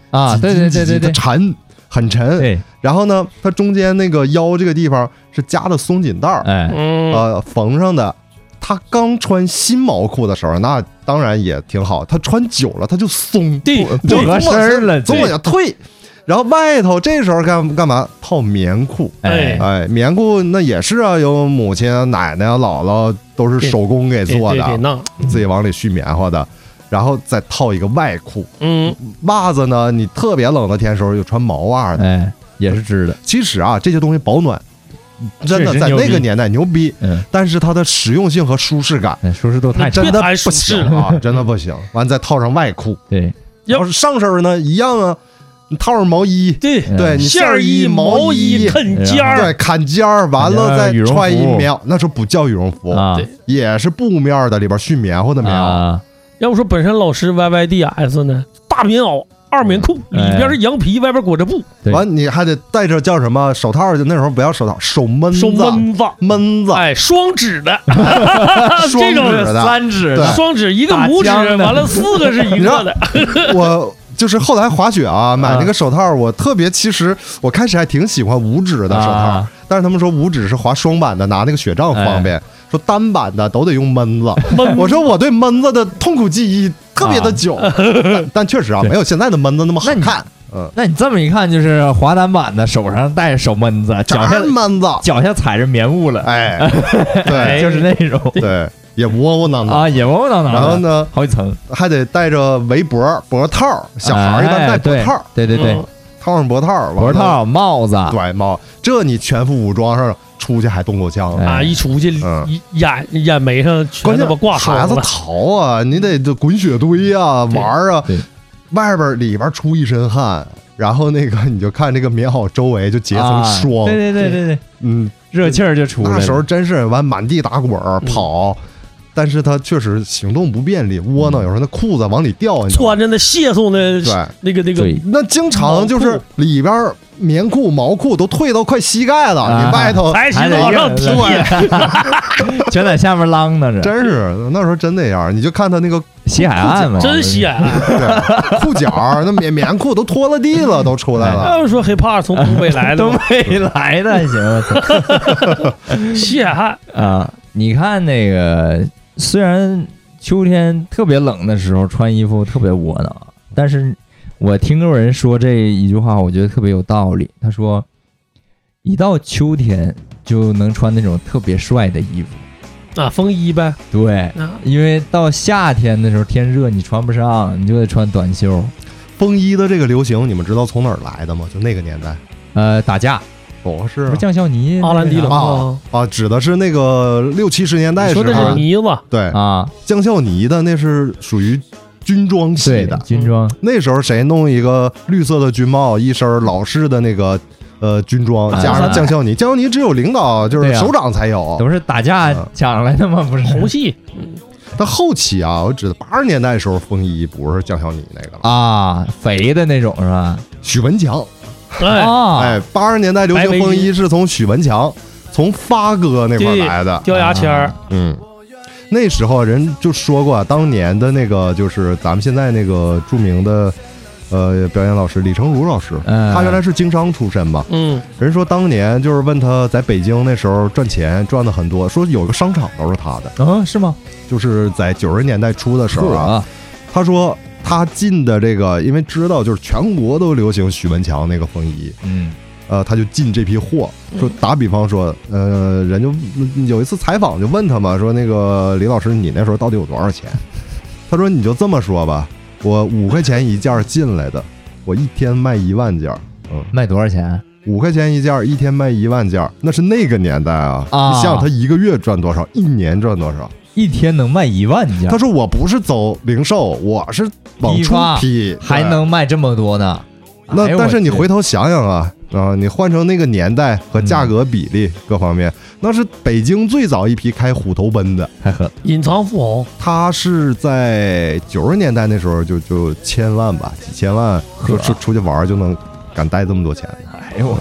啊，对， 它沉，很沉。 对， 然后呢，它中间那个腰这个地方是夹的松紧带儿，缝上的。他刚穿新毛裤的时候，那当然也挺好。他穿久了，他就松， 不合身了， 总往下退。然后外头这时候干嘛？套棉裤。哎，棉裤那也是啊，有母亲、奶奶、姥姥都是手工给做的，自己往里续棉花的。然后再套一个外裤。袜子呢，你特别冷的天时候有穿毛袜的， 也是织的。 其实啊，这些东西保暖。真的在那个年代牛逼，但是它的实用性和舒适感， 舒适度太真的不行啊，真的不行。完再套上外裤， 对， 要是上身呢一样啊，你套上毛衣， 对， 你线衣、毛衣、坎肩儿， 对，坎肩儿，完了再穿一棉，那时候不叫羽绒服，也是布面的，里边续棉花的棉袄。 要不说本身老师 YYDS 呢，大棉袄。二棉裤里边是羊皮，外边裹着布， 完你还得戴着叫什么手套？那时候不要手套，手闷子， 哎，双指的， 这种 3指的， 双指一个拇指，完了4个是一个的。 我就是后来滑雪啊，买那个手套，我特别，其实我开始还挺喜欢5指的手套，但是他们说5指是滑双板的，拿那个雪杖方便。说单板的都得用闷子，我说我对闷子的痛苦记忆特别的久，但确实啊，没有现在的闷子那么好看。 那你这么一看，就是滑单板的，手上戴着手闷子，脚下闷子， 脚下踩着棉雾了， 哎，对， 就是那种， 对，也窝窝囊囊啊，也窝窝囊囊。 然后呢， 好几层， 还得戴着围脖、脖套，小孩一般戴脖套， 对， 套上脖套、 帽子， 对帽，这你全副武装上。出去还动够枪啊！一出去，眼眉上全他妈挂霜了。 孩子逃啊，你得滚雪堆啊，玩啊，外边里边出一身汗，然后那个你就看这个棉袄周围就结层霜， 对，热气儿就出来了。 那时候真是完满地打滚跑。但是他确实行动不便利，窝囊，有时候那裤子往里掉， 穿着那谢送的那个， 那经常就是里边棉裤、毛裤都退到快膝盖了，你外头还得往上提， 全在下面啷当着， 真是那时候真那样。你就看他那个西海岸嘛， 真西海岸， 对，裤脚那棉裤都拖了地了，都出来了。 要说黑怕从东北来的， 东北来的行， 西海岸啊，你看那个。虽然秋天特别冷的时候穿衣服特别窝囊，但是我听过人说这一句话，我觉得特别有道理。他说，一到秋天就能穿那种特别帅的衣服啊，风衣呗。 对，因为到夏天的时候天热，你穿不上，你就得穿短袖。 风衣的这个流行，你们知道从哪儿来的吗？就那个年代， 打架。 不是将校呢， 阿兰迪龙啊，指的是那个60、70年代时候， 说的是呢子， 对啊， 将校呢的那是属于军装系的， 军装。 那时候谁弄一个绿色的军帽，一身老式的那个军装，加上将校呢，将校呢只有领导就是首长才有， 都是打架抢来的吗？不是红系。 但后期啊，我指的80年代的时候，风衣不是将校呢那个了啊，肥的那种是吧？ 许文强。 哎 ，80年代流行风衣是从许文强、从发哥那块来的， 掉牙签儿。 那时候人就说过，当年的那个就是咱们现在那个著名的表演老师李成儒老师，他原来是经商出身嘛。人说当年就是问他在北京那时候赚钱赚的很多，说有个商场都是他的。 是吗？ 就是在90年代初的时候啊，他说。他进的这个，因为知道就是全国都流行许文强那个风衣，他就进这批货。说打比方说，人就有一次采访就问他嘛，说那个李老师，你那时候到底有多少钱？他说你就这么说吧，我5块钱一件进来的，我一天卖1万件。 卖多少钱 ？5块钱一件，一天卖1万件，那是那个年代啊！你想想他1个月赚多少，1年赚多少？ 一天能卖1万件。 他说我不是走零售，我是往出批， 还能卖这么多呢。 那但是你回头想想啊，你换成那个年代和价格比例各方面，那是北京最早一批开虎头奔的， 太狠。 隐藏富豪， 他是在90年代那时候就1000万吧，几千万，就出去玩就能敢带这么多钱。 哎呦，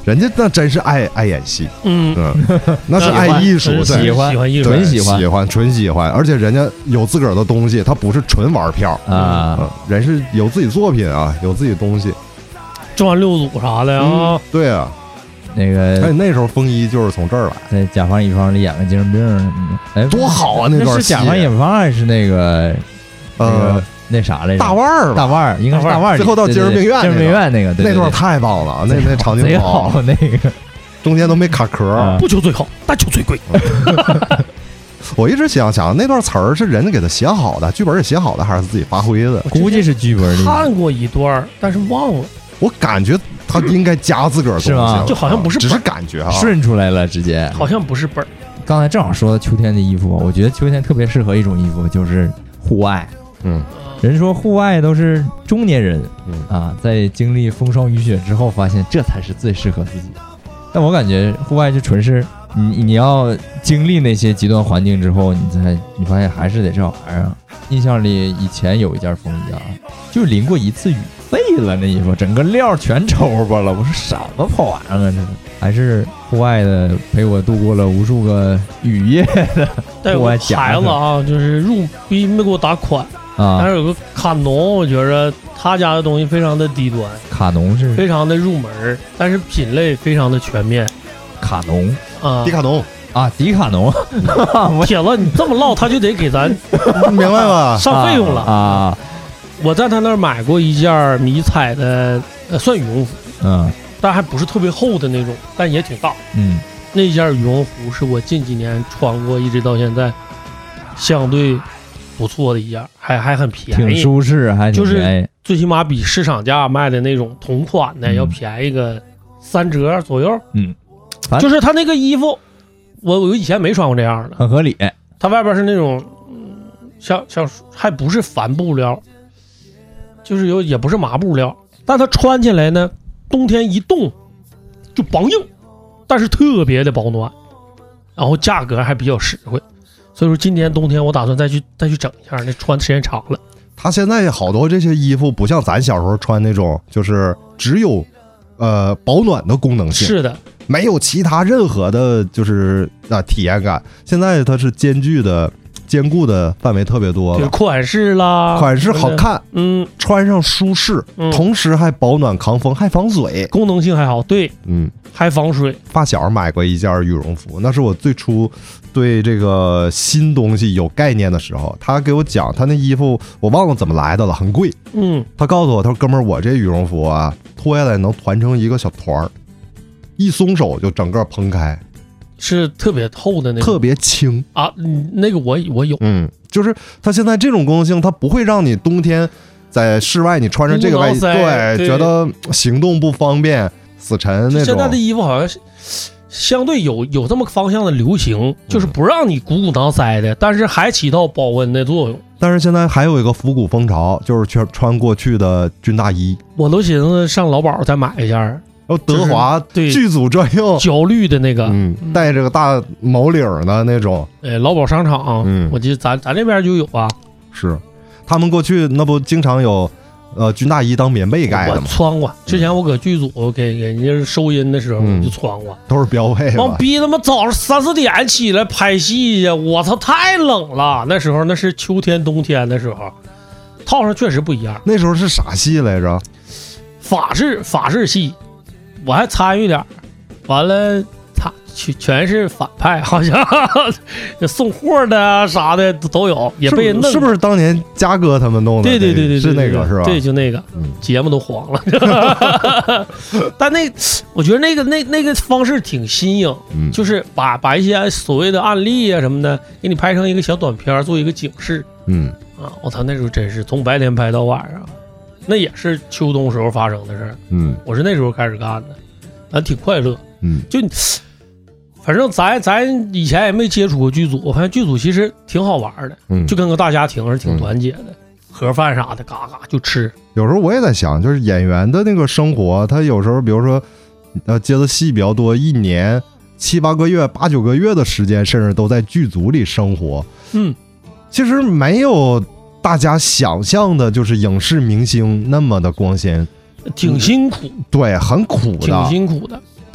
人家那真是爱演戏，那是爱艺术， 喜欢艺术， 纯喜欢，而且人家有自个儿的东西，他不是纯玩票啊，人是有自己作品啊，有自己东西， 转六组啥的啊， 对啊， 那个， 哎，那时候风衣就是从这儿来， 在甲方乙方里演个精神病什么的，哎， 多好啊！那段是甲方乙方还是那个那啥来着？ 大腕儿， 大腕儿应该是大腕儿， 最后到精神病院， 精神病院那个， 那段太棒了，那场景贼好，那个中间都没卡壳， 不求最好，但求最贵。 我一直想那段词儿是人家给他写好的，剧本也写好的，还是自己发挥的？ 估计是剧本里看过一段，但是忘了。 我感觉他应该加自个儿东西， 就好像不是， 只是感觉啊， 顺出来了，直接好像不是本。 刚才正好说秋天的衣服，我觉得秋天特别适合一种衣服，就是户外。人说户外都是中年人，在经历风霜雨雪之后，发现这才是最适合自己。但我感觉户外就纯是你要经历那些极端环境之后，你发现还是得这玩意儿。印象里以前有一件风衣啊，就淋过一次雨废了，那衣服整个料全抽巴了。我说什么破玩意儿啊，这还是户外的陪我度过了无数个雨夜的户外孩子啊，就是没给我打款。但是有个卡农，我觉着他家的东西非常的低端。 卡农是非常的入门，但是品类非常的全面。 卡农啊， 迪卡侬啊，迪卡侬。 铁子，你这么唠，他就得给咱明白吧？ 上费用了啊！ 我在他那儿买过一件迷彩的，算羽绒服，但还不是特别厚的那种，但也挺大。那件羽绒服是我近几年穿过，一直到现在，相对不错的一件，还很便宜， 挺舒适，还挺便宜， 就是最起码比市场价卖的那种同款的要便宜个3折左右。就是他那个衣服，我以前没穿过这样的， 很合理。 他外边是那种像还不是帆布料，就是也不是麻布料，但它穿起来呢，冬天一冻就梆硬，但是特别的保暖，然后价格还比较实惠。所以说今年冬天我打算再去整一下，那穿时间长了。 他现在好多这些衣服不像咱小时候穿那种，就是只有保暖的功能性， 是的， 没有其他任何的就是体验感。现在它是兼顾的范围特别多了， 款式啦， 款式好看，穿上舒适，同时还保暖抗风，还防水， 功能性还好，对，还防水。 发小买过一件羽绒服，那是我最初对这个新东西有概念的时候，他给我讲，他那衣服我忘了怎么来的了，很贵。他告诉我，他说哥们儿，我这羽绒服啊，脱下来能团成一个小团儿，一松手就整个蓬开， 是特别厚的那种， 特别轻啊。那个我有， 就是它现在这种功能性，它不会让你冬天在室外你穿上这个外衣，对，觉得行动不方便。死沉那种。 现在的衣服好像是相对有这么个方向的流行，就是不让你鼓囊塞的，但是还起到保温的作用。 但是现在还有一个复古风潮，就是穿过去的军大衣。 我都寻思上劳保再买一件， 德华剧组专用焦绿的那个， 带着个大毛领的那种。 劳保商场，我记得咱这边就有啊。 是，他们过去那不经常有。军大衣当棉被盖的吗？ 我穿过，之前我搁剧组给人家收音的时候就穿过， 都是标配。 往逼他妈早上3、4点起来拍戏去，我操，太冷了。那时候那是秋天冬天的时候，套上确实不一样。 那时候是啥戏来着？ 法式戏，我还参与点，完了全是反派，好像送货的啥的都有，也被人弄。 是不是当年嘉哥他们弄的？ 对， 是那个是吧？ 对，就那个，节目都黄了。但我觉得那个方式挺新颖，就是把一些所谓的案例啊什么的，给你拍成一个小短片，做一个警示。我操，那时候真是从白天拍到晚上，那也是秋冬时候发生的事儿。我是那时候开始干的，咱挺快乐。就反正咱以前也没接触过剧组，我发现剧组其实挺好玩的，就跟个大家庭是挺团结的，盒饭啥的嘎嘎就吃。 有时候我也在想，就是演员的那个生活，他有时候比如说接的戏比较多，一年7、8个月、8、9个月的时间，甚至都在剧组里生活。其实没有大家想象的，就是影视明星那么的光鲜， 挺辛苦。 对，很苦的， 挺辛苦的。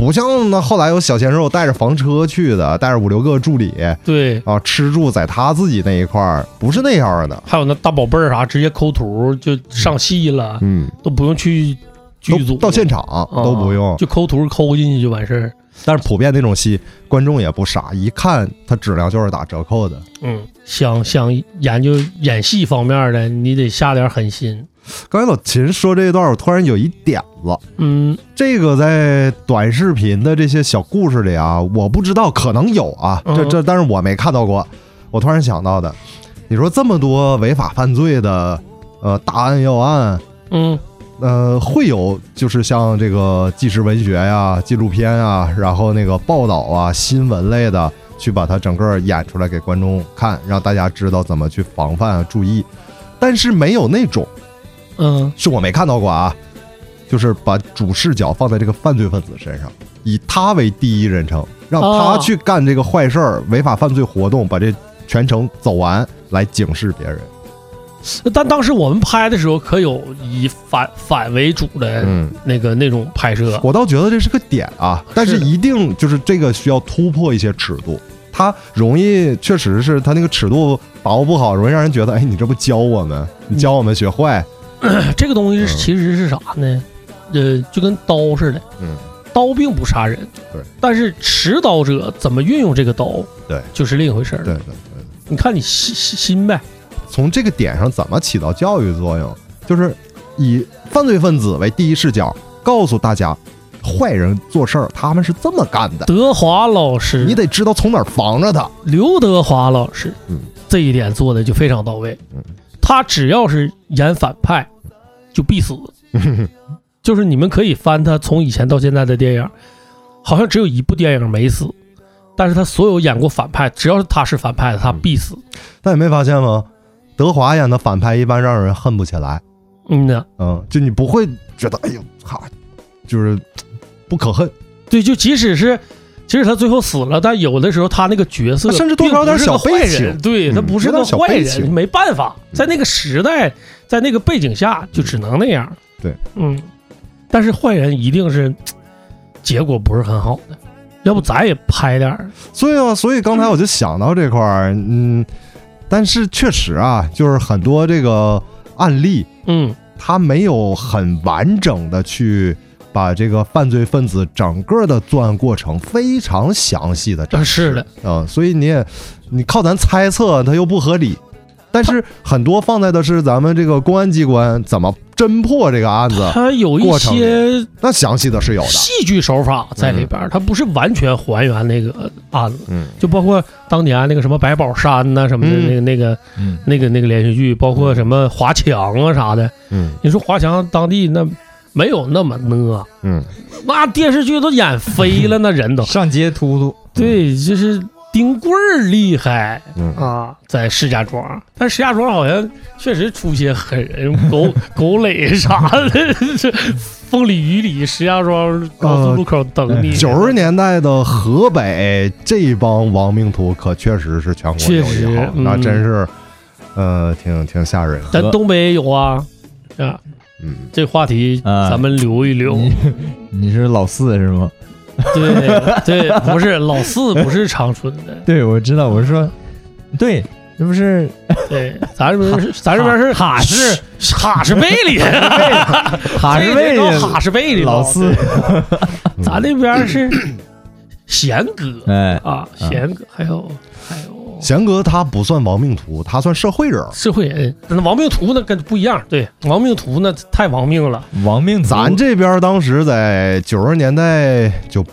不像那后来有小鲜肉带着房车去的，带着5、6个助理， 对啊，吃住在他自己那一块儿，不是那样的。 还有那大宝贝儿啥，直接抠图就上戏了，都不用去剧组到现场都不用， 就抠图抠进去就完事儿。 但是普遍那种戏，观众也不傻，一看它质量就是打折扣的。 想研究演戏方面的，你得下点狠心。 刚才老秦说这一段，我突然有一点子，这个在短视频的这些小故事里啊，我不知道，可能有啊，但是我没看到过。我突然想到的，你说这么多违法犯罪的大案要案，会有就是像这个纪实文学呀、纪录片啊，然后那个报道啊、新闻类的，去把它整个演出来给观众看，让大家知道怎么去防范啊、注意。但是没有那种，是我没看到过啊，就是把主视角放在这个犯罪分子身上，以他为第一人称，让他去干这个坏事儿、违法犯罪活动，把这全程走完，来警示别人。 但当时我们拍的时候，可有以反为主的那种拍摄。 我倒觉得这是个点啊，但是一定就是这个需要突破一些尺度，它容易确实是它那个尺度把握不好，容易让人觉得，哎，你这不教我们，你教我们学坏。 这个东西其实是啥呢？就跟刀似的，刀并不杀人， 对， 但是持刀者怎么运用这个刀， 对， 就是另一回事儿。 对， 你看你心呗。 从这个点上怎么起到教育作用？就是以犯罪分子为第一视角，告诉大家，坏人做事儿他们是这么干的。 德华老师， 你得知道从哪儿防着他。 刘德华老师，这一点做的就非常到位。他只要是演反派，就必死。就是你们可以翻他从以前到现在的电影，好像只有一部电影没死，但是他所有演过反派，只要是他是反派的，他必死。 但你没发现吗？德华演的反派一般让人恨不起来。就你不会觉得哎呦就是不可恨。 对，就即使他最后死了，但有的时候他那个角色甚至多少有点小背景， 对，他不是个坏人，没办法，在那个时代，在那个背景下就只能那样。 对， 但是坏人一定是结果不是很好的，要不咱也拍点儿。 所以刚才我就想到这块儿，但是确实啊，就是很多这个案例，他没有很完整的去把这个犯罪分子整个的作案过程非常详细的展示。 是的， 所以你靠咱猜测，它又不合理。但是很多放在的是咱们这个公安机关怎么侦破这个案子， 它有一些那详细的是有的戏剧手法在里边，它不是完全还原那个案子。就包括当年那个什么百宝山呐什么的那个连续剧，包括什么华强啊啥的。你说华强当地那没有那么那电视剧都演飞了，那人都上街突突。 对，就是丁棍儿厉害在石家庄，但石家庄好像确实出些狠人，狗垒啥的，风里雨里，石家庄高速路口等你。 90年代的河北这帮亡命徒可确实是全国有一号，那真是挺吓人的。 咱东北也有啊，这话题咱们留一留。 你是老四是吗？ 对，不是老四，不是长春的。 对，我知道，我是说，对，这不是对，咱这边是哈士贝里， 哈士贝里， 哈士贝里老四， 咱那边是贤哥，贤哥，还有。 贤哥他不算亡命徒，他算社会人。 那亡命徒那跟不一样。对，亡命徒那太亡命了。 亡命， 咱这边当时在90年代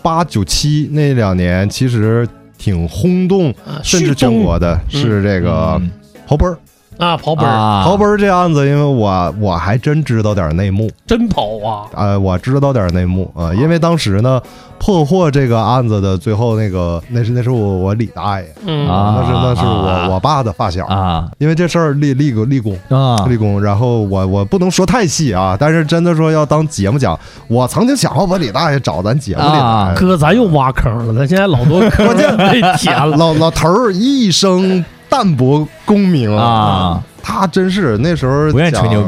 98、97那2年，其实挺轰动，甚至全国的是这个刨奔刨奔这案子，因为我还真知道点内幕， 真刨啊！ 我知道点内幕啊，因为当时呢破获这个案子的最后那是我李大爷那是我爸的发小因为这事儿立功，然后我不能说太细啊，但是真的说要当节目讲，我曾经想过把李大爷找咱节目里来， 哥咱又挖坑了，咱现在老多坑被填了。 老头儿一生淡泊功名他真是那时候不愿意吹牛逼，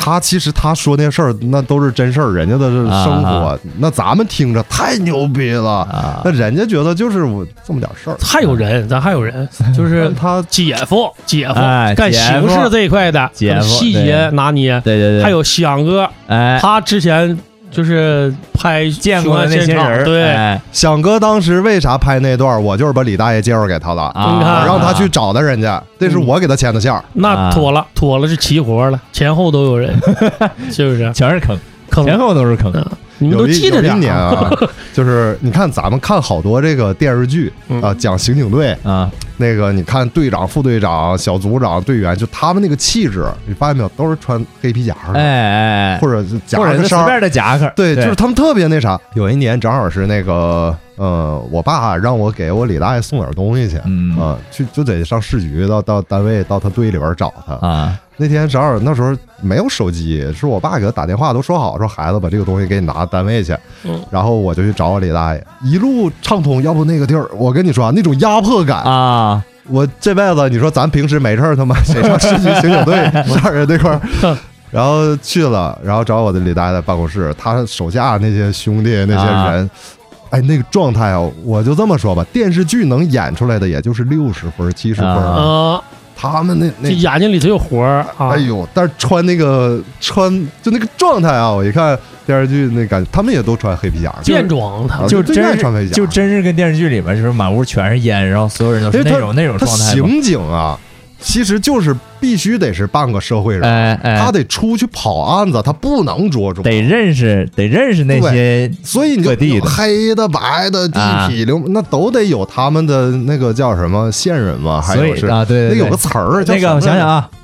他其实他说那事儿那都是真事儿，人家的生活，那咱们听着太牛逼了，那人家觉得就是我这么点事儿。 还有人，咱还有人，就是他姐夫干刑事这一块的，细节拿捏， 对， 还有香哥，他之前就是拍见过的那些人， 对， 响哥当时为啥拍那段，我就是把李大爷介绍给他了， 你看让他去找的人家，这是我给他牵的线儿， 那妥了是齐活了，前后都有人，是不是？ 全是坑，前后都是坑。 你们都记得有一年啊，就是你看咱们看好多这个电视剧啊，讲刑警队啊， 那个你看队长、副队长、小组长、队员，就他们那个气质，你发现没有，都是穿黑皮夹克，或者夹克衫， 随便的夹克， 对，就是他们特别那啥。有一年正好是那个我爸让我给我李大爷送点东西去，去就得上市局到单位到他队里边找他啊。 那天正好那时候没有手机，是我爸给他打电话，都说好说孩子把这个东西给你拿单位去，然后我就去找我李大爷，一路畅通。要不那个地儿，我跟你说那种压迫感啊， 我这辈子你说咱平时没事他妈谁上市局刑警队上人那块儿。然后去了，然后找我的李大爷在办公室，他手下那些兄弟那些人，哎，那个状态啊，我就这么说吧，电视剧能演出来的也就是60分70分啊。他们那眼睛里头有活儿， 哎呦！但是穿就那个状态啊，我一看电视剧那感觉，他们也都穿黑皮夹克， 便装，他就真是跟电视剧里面就是满屋全是烟，然后所有人都是那种状态。 刑警啊，其实就是必须得是半个社会人，他得出去跑案子，他不能着装， 得认识那些， 所以你就黑的、白的、地痞那都得有他们的那个叫什么线人嘛，还有是对， 那有个词儿， 那个我想想啊，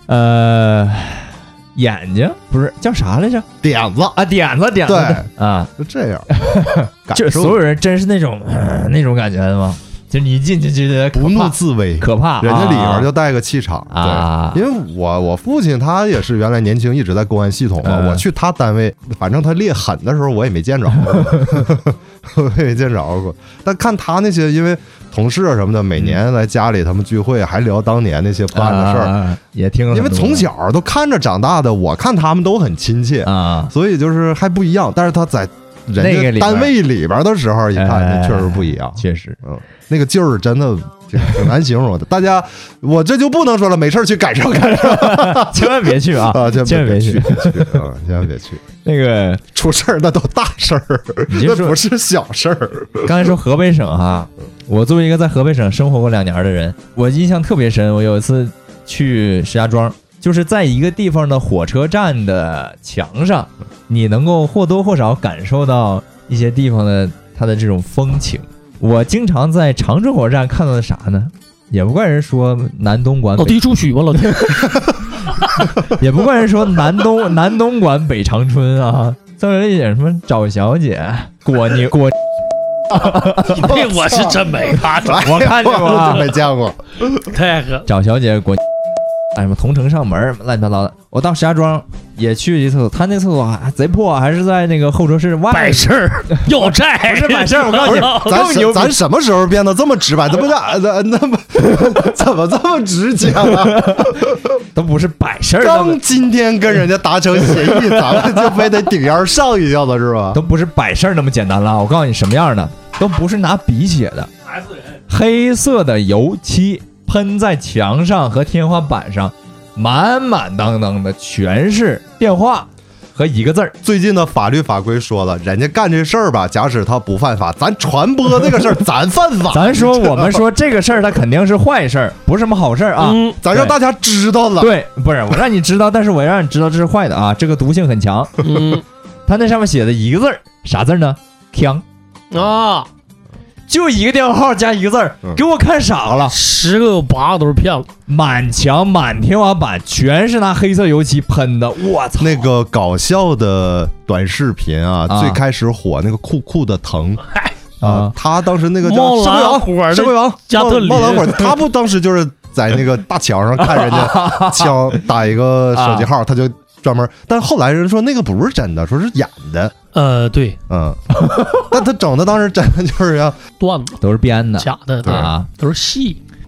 眼睛不是叫啥来着？ 点子啊，点子， 对啊，就这样， 就所有人真是那种感觉的吗？就你一进去就觉得不怒自威， 可怕。 人家里边就带个气场啊。对，因为我父亲他也是原来年轻一直在公安系统嘛，我去他单位，反正他烈狠的时候我也没见着过，我也没见着过。但看他那些，因为同事什么的，每年来家里他们聚会，还聊当年那些办的事儿， 也听了。 因为从小都看着长大的，我看他们都很亲切啊，所以就是还不一样。但是他在人家单位里边的时候，一看那确实不一样， 确实， 那个劲儿真的挺难形容的。大家，我这就不能说了，没事去感受感受， 千万别去啊！千万别去啊！千万别去， 那个出事儿那都大事儿，那不是小事儿。 刚才说河北省哈，我作为一个在河北省生活过2年的人，我印象特别深。我有一次去石家庄。就是在一个地方的火车站的墙上，你能够或多或少感受到一些地方的它的这种风情。我经常在长春火车站看到的啥呢？也不怪人说南东莞， 老弟出许吧，老弟。 也不怪人说南东莞北长春啊，这有一点什么找小姐、果牛。 那我是真没看着， 我看见过， 没见过。 太狠， 找小姐果。什么同城上门乱七八糟的，我到石家庄也去一次，他那厕所还贼破，还是在那个候车室外。 摆事儿要债， 不是摆事儿。我告诉你，咱什么时候变得这么直白？怎么这么直接了？ 都不是摆事儿。 刚今天跟人家达成协议，咱们就非得顶烟上一下子是吧？ 都不是摆事儿那么简单了。我告诉你什么样的，都不是拿笔写的，黑色的油漆。喷在墙上和天花板上，满满当当的全是电话和一个字儿。 最近的法律法规说了，人家干这事儿吧，假使他不犯法，咱传播这个事儿，咱犯法。 咱说我们说这个事儿，它肯定是坏事儿，不是什么好事儿啊。 咱让大家知道了。 对，不是我让你知道，但是我让你知道这是坏的啊，这个毒性很强。他那上面写的一个字儿，啥字呢？强啊。就一个电话号加一个字儿，给我看傻了。 10个有8个都是骗子， 满墙满天花板全是拿黑色油漆喷的，我操！ 那个搞笑的短视频啊，最开始火那个酷酷的疼啊，他当时那个叫社会王加特林， 冒蓝火，他不当时就是在那个大墙上看人家枪打一个手机号，他就专门。但后来人说那个不是真的，说是演的。 对， 但他整的当时真的就是要段子， 都是编的， 假的啊，都是戏。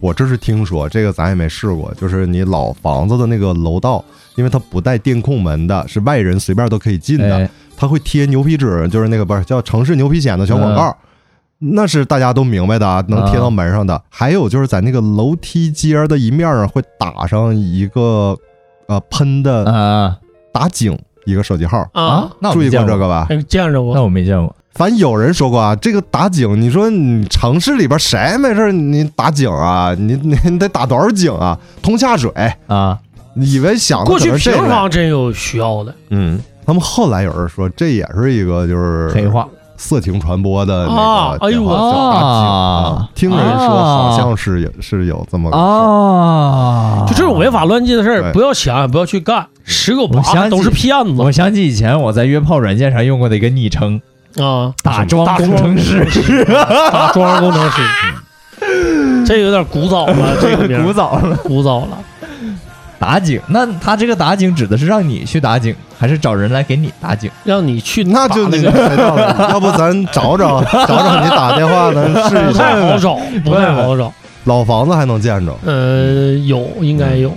我这是听说，这个咱也没试过，就是你老房子的那个楼道，因为它不带电控门的，是外人随便都可以进的，它会贴牛皮纸，就是那个不是叫城市牛皮癣的小广告，那是大家都明白的啊，能贴到门上的。还有就是在那个楼梯阶的一面上会打上一个喷的打井一个手机号啊， 注意过这个吧？ 见着过， 那我没见过。 反正有人说过啊，这个打井，你说你城市里边谁没事你打井啊？你得打多少井啊？通下水啊？ 你以为想的过去平房真有需要的， 他们后来有人说这也是一个就是黑话。 色情传播的那个， 哎呦我操！听人说好像是有这么个事，就这种违法乱纪的事儿，不要想，也不要去干，10个8都是骗子。 我想起以前我在约炮软件上用过的一个昵称啊， 打桩工程师， 打桩工程师，这有点古早了，这个名古早了。 打井，那他这个打井指的是让你去打井，还是找人来给你打井？ 让你去， 那就那个要不咱找找你打电话，咱试一下。 不太好找。 老房子还能见着？ 有，应该有。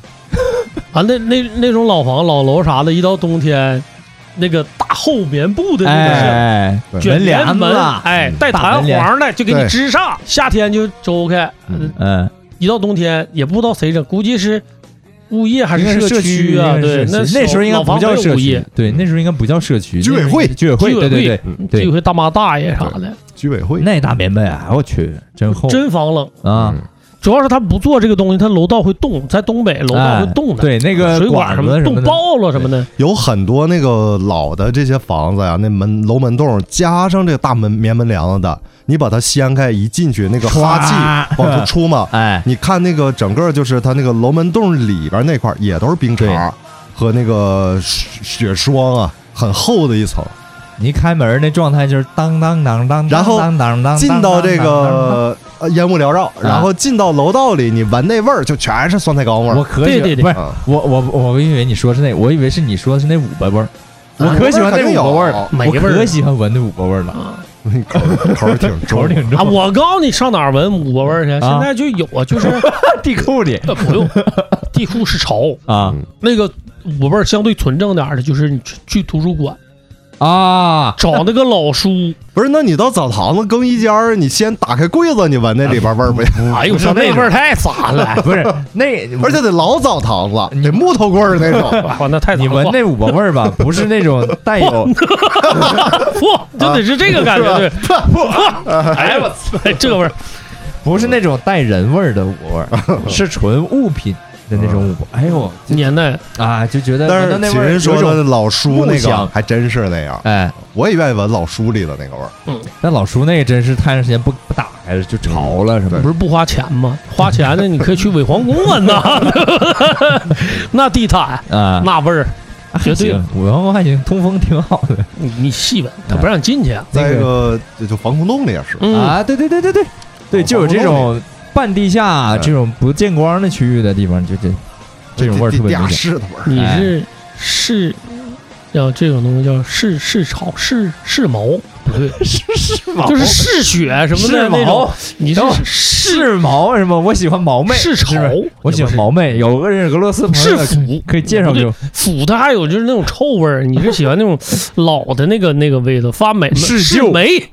那种老房、老楼啥的，一到冬天，那个大厚棉布的那个卷帘门，带弹簧的，就给你支上。夏天就周开，一到冬天也不知道谁整，估计是。物业还是社区啊？对，那时候应该不叫社区，对，那时候应该不叫社区， 居委会， 对，居委会大妈大爷啥的， 居委会那大棉被啊，我去，真厚， 真防冷啊！ 主要是他不做这个东西，他楼道会动，在东北楼道会动的， 对，那个水管什么冻爆了什么的， 有很多那个老的这些房子呀，那楼门洞加上这个大棉门梁子的。你把它掀开，一进去那个哈气往出出嘛，你看那个整个就是它那个楼门洞里边那块也都是冰碴和那个雪霜啊，很厚的一层。 你一开门那状态就是当当当当， 然后进到这个烟雾缭绕，然后进到楼道里，你闻那味儿就全是酸菜缸味儿。 我可喜欢，不是我以为你说是那，我以为是你说的是那五百味儿。我可喜欢那五百味儿了，我可喜欢闻那五百味儿了。 口挺重啊！ 我告诉你上哪儿闻五百味儿去？现在就有啊，就是地库里不用，地库是潮啊。 那个五味儿相对纯正点的，就是你去图书馆啊， 找那个老书。 不是，那你到澡堂子更衣间，你先打开柜子，你闻那里边味儿不？ 哎呦，那味儿太杂了。 不是那， 而且得老澡堂子，你木头棍儿那种。 哇，那太杂了。 你闻那五百味儿吧，不是那种带有， 不，就得是这个感觉，对。哎呀，我操，这个味儿不是那种带人味儿的五味儿，是纯物品。的那种哎呦， 年代啊，就觉得， 但是秦人说的老书那个还真是那样， 哎， 我也愿意闻老书里的那个味儿。 但老书那个真是太长时间不打开了就潮了，是吧？ 不是不花钱吗？花钱的你可以去伪皇宫闻呐，那地毯啊，那味儿绝对。 伪皇宫还行，通风挺好的。 你细闻，他不让你进去。 那个就防空洞里也是啊，对，就有这种。半地下这种不见光的区域的地方，就这种味儿特别明显。 你是叫这种东西叫是潮是毛，不对，是毛，就是是血什么的那种。你是毛什么？我喜欢毛妹， 是潮， 我喜欢毛妹。有个人俄罗斯朋友是腐， 可以介绍给我。 腐它还有就是那种臭味儿，你是喜欢那种老的那个味道，发霉是霉，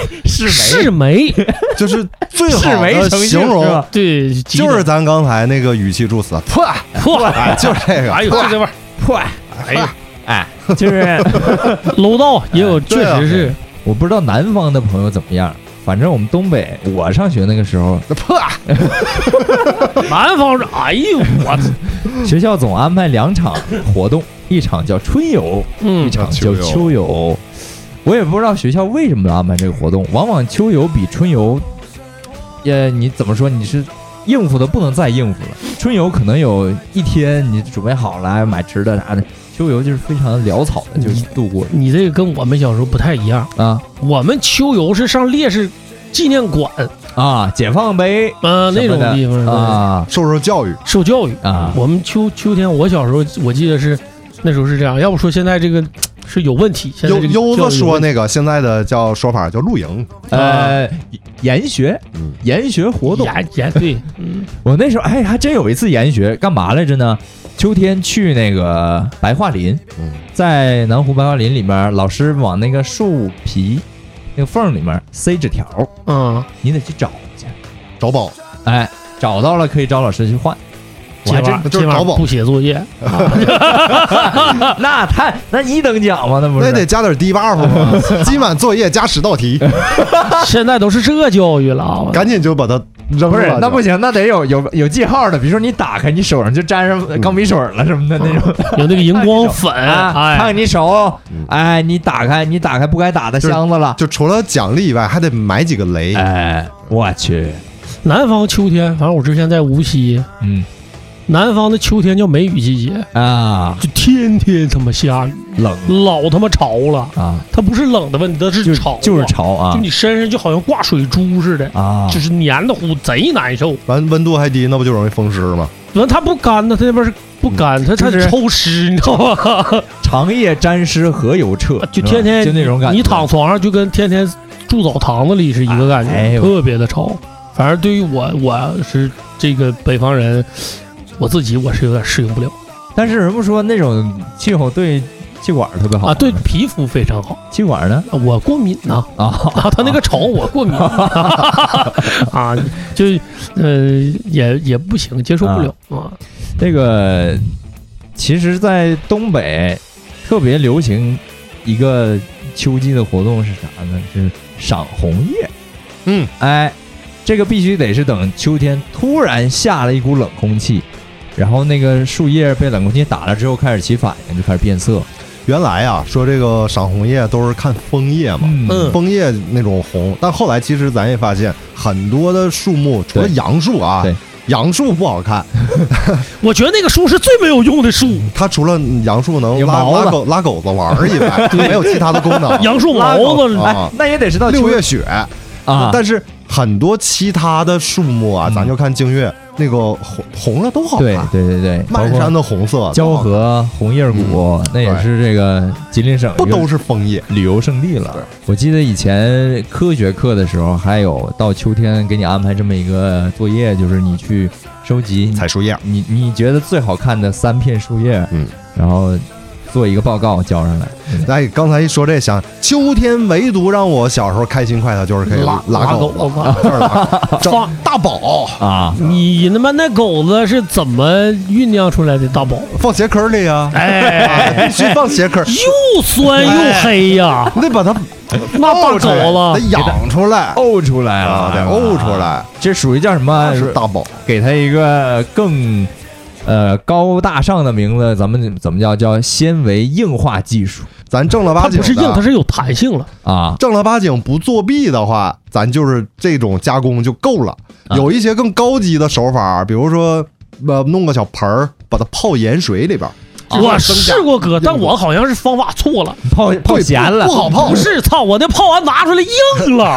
就是最好的形容。 对， 就是咱刚才那个语气助词，破，就是这个， 哎呦，这味儿， 破，哎呦。哎，就是楼道也有，确实是。 我不知道南方的朋友怎么样，反正我们东北，我上学那个时候， 南方是，哎呦我， 学校总安排2场活动，一场叫春游，一场叫秋游。我也不知道学校为什么安排这个活动，往往秋游比春游，你怎么说？你是应付的不能再应付了。春游可能有一天你准备好了买吃的啥的。秋游就是非常潦草的就度过。 你这个跟我们小时候不太一样啊！我们秋游是上烈士纪念馆啊、解放碑那种地方啊，受教育啊。我们秋天，我小时候我记得是那时候是这样，要不说现在这个是有问题。 优子说那个现在的叫说法叫露营， 研学，研学活动， 对， 我那时候还真有一次研学，干嘛来着呢？秋天去那个白桦林，在南湖白桦林里面，老师往那个树皮那个缝里面塞纸条，你得去找去， 找宝， 找到了可以找老师去换。 我还真就是找宝不写作业， 那一等奖吗？那不是？ 那得加点低 buff 吗？积满作业加10道题。 现在都是这教育了， 赶紧就把它扔了。 不是，那不行，那得有记号的，比如说你打开，你手上就沾上钢笔水了什么的那种， 有那个荧光粉， 看看你手，你打开不该打的箱子了。 就除了奖励以外，还得买几个雷。 我去， 南方秋天，反正我之前在无锡，南方的秋天叫梅雨季节啊， 就天天他妈下雨，老他妈潮了啊！它不是冷的问题，它是潮， 就是潮啊！ 就你身上就好像挂水珠似的啊，就是黏的乎，贼难受。 完温度还低，那不就容易风湿吗？ 完它不干呢，它那边是不干，它抽湿，你知道吗？ 长夜沾湿何由彻， 就天天就那种感觉， 你躺床上就跟天天住澡堂子里是一个感觉，特别的潮。反正对于我是这个北方人。我自己是有点适应不了， 但是人不说那种气候对气管特别好啊，对皮肤非常好。 气管呢？ 我过敏呢他那个潮我过敏啊，就也不行，接受不了啊。 这个其实，在东北特别流行一个秋季的活动是啥呢？是赏红叶。这个必须得是等秋天突然下了一股冷空气。然后那个树叶被冷空气打了之后开始起反应，就开始变色。 原来啊，说这个赏红叶都是看枫叶嘛，枫叶那种红。但后来其实咱也发现，很多的树木，除了杨树啊，杨树不好看。 我觉得那个树是最没有用的树， 它除了杨树能拉狗子玩以外，没有其他的功能。 杨树毛子， 那也得是到 6月雪啊。但是很多其他的树木啊，咱就看净月。那个红的都好看， 对， 漫山的红色， 蛟河、红叶谷，那也是这个吉林省不都是枫叶旅游胜地了。我记得以前科学课的时候，还有到秋天给你安排这么一个作业，就是你去收集采树叶， 你觉得最好看的3片树叶，然后做一个报告交上来。 刚才一说这，想秋天唯独让我小时候开心快乐，就是可以拉狗子，放大宝啊！ 你他妈那狗子是怎么酝酿出来的大宝？ 放鞋壳里呀，必须放鞋壳， 又酸又黑呀！ 你得把它那大狗子得养出来， 沤出来了， 得沤出来。 这属于叫什么？ 是大宝， 给它一个更高大上的名字，咱们怎么叫纤维硬化技术？ 咱正儿八经它不是硬，它是有弹性了啊！ 正儿八经不作弊的话，咱就是这种加工就够了。有一些更高级的手法，比如说弄个小盆儿，把它泡盐水里边。 我试过哥，但我好像是方法错了， 泡咸了， 不好泡。 不是，操！我那泡完拿出来硬了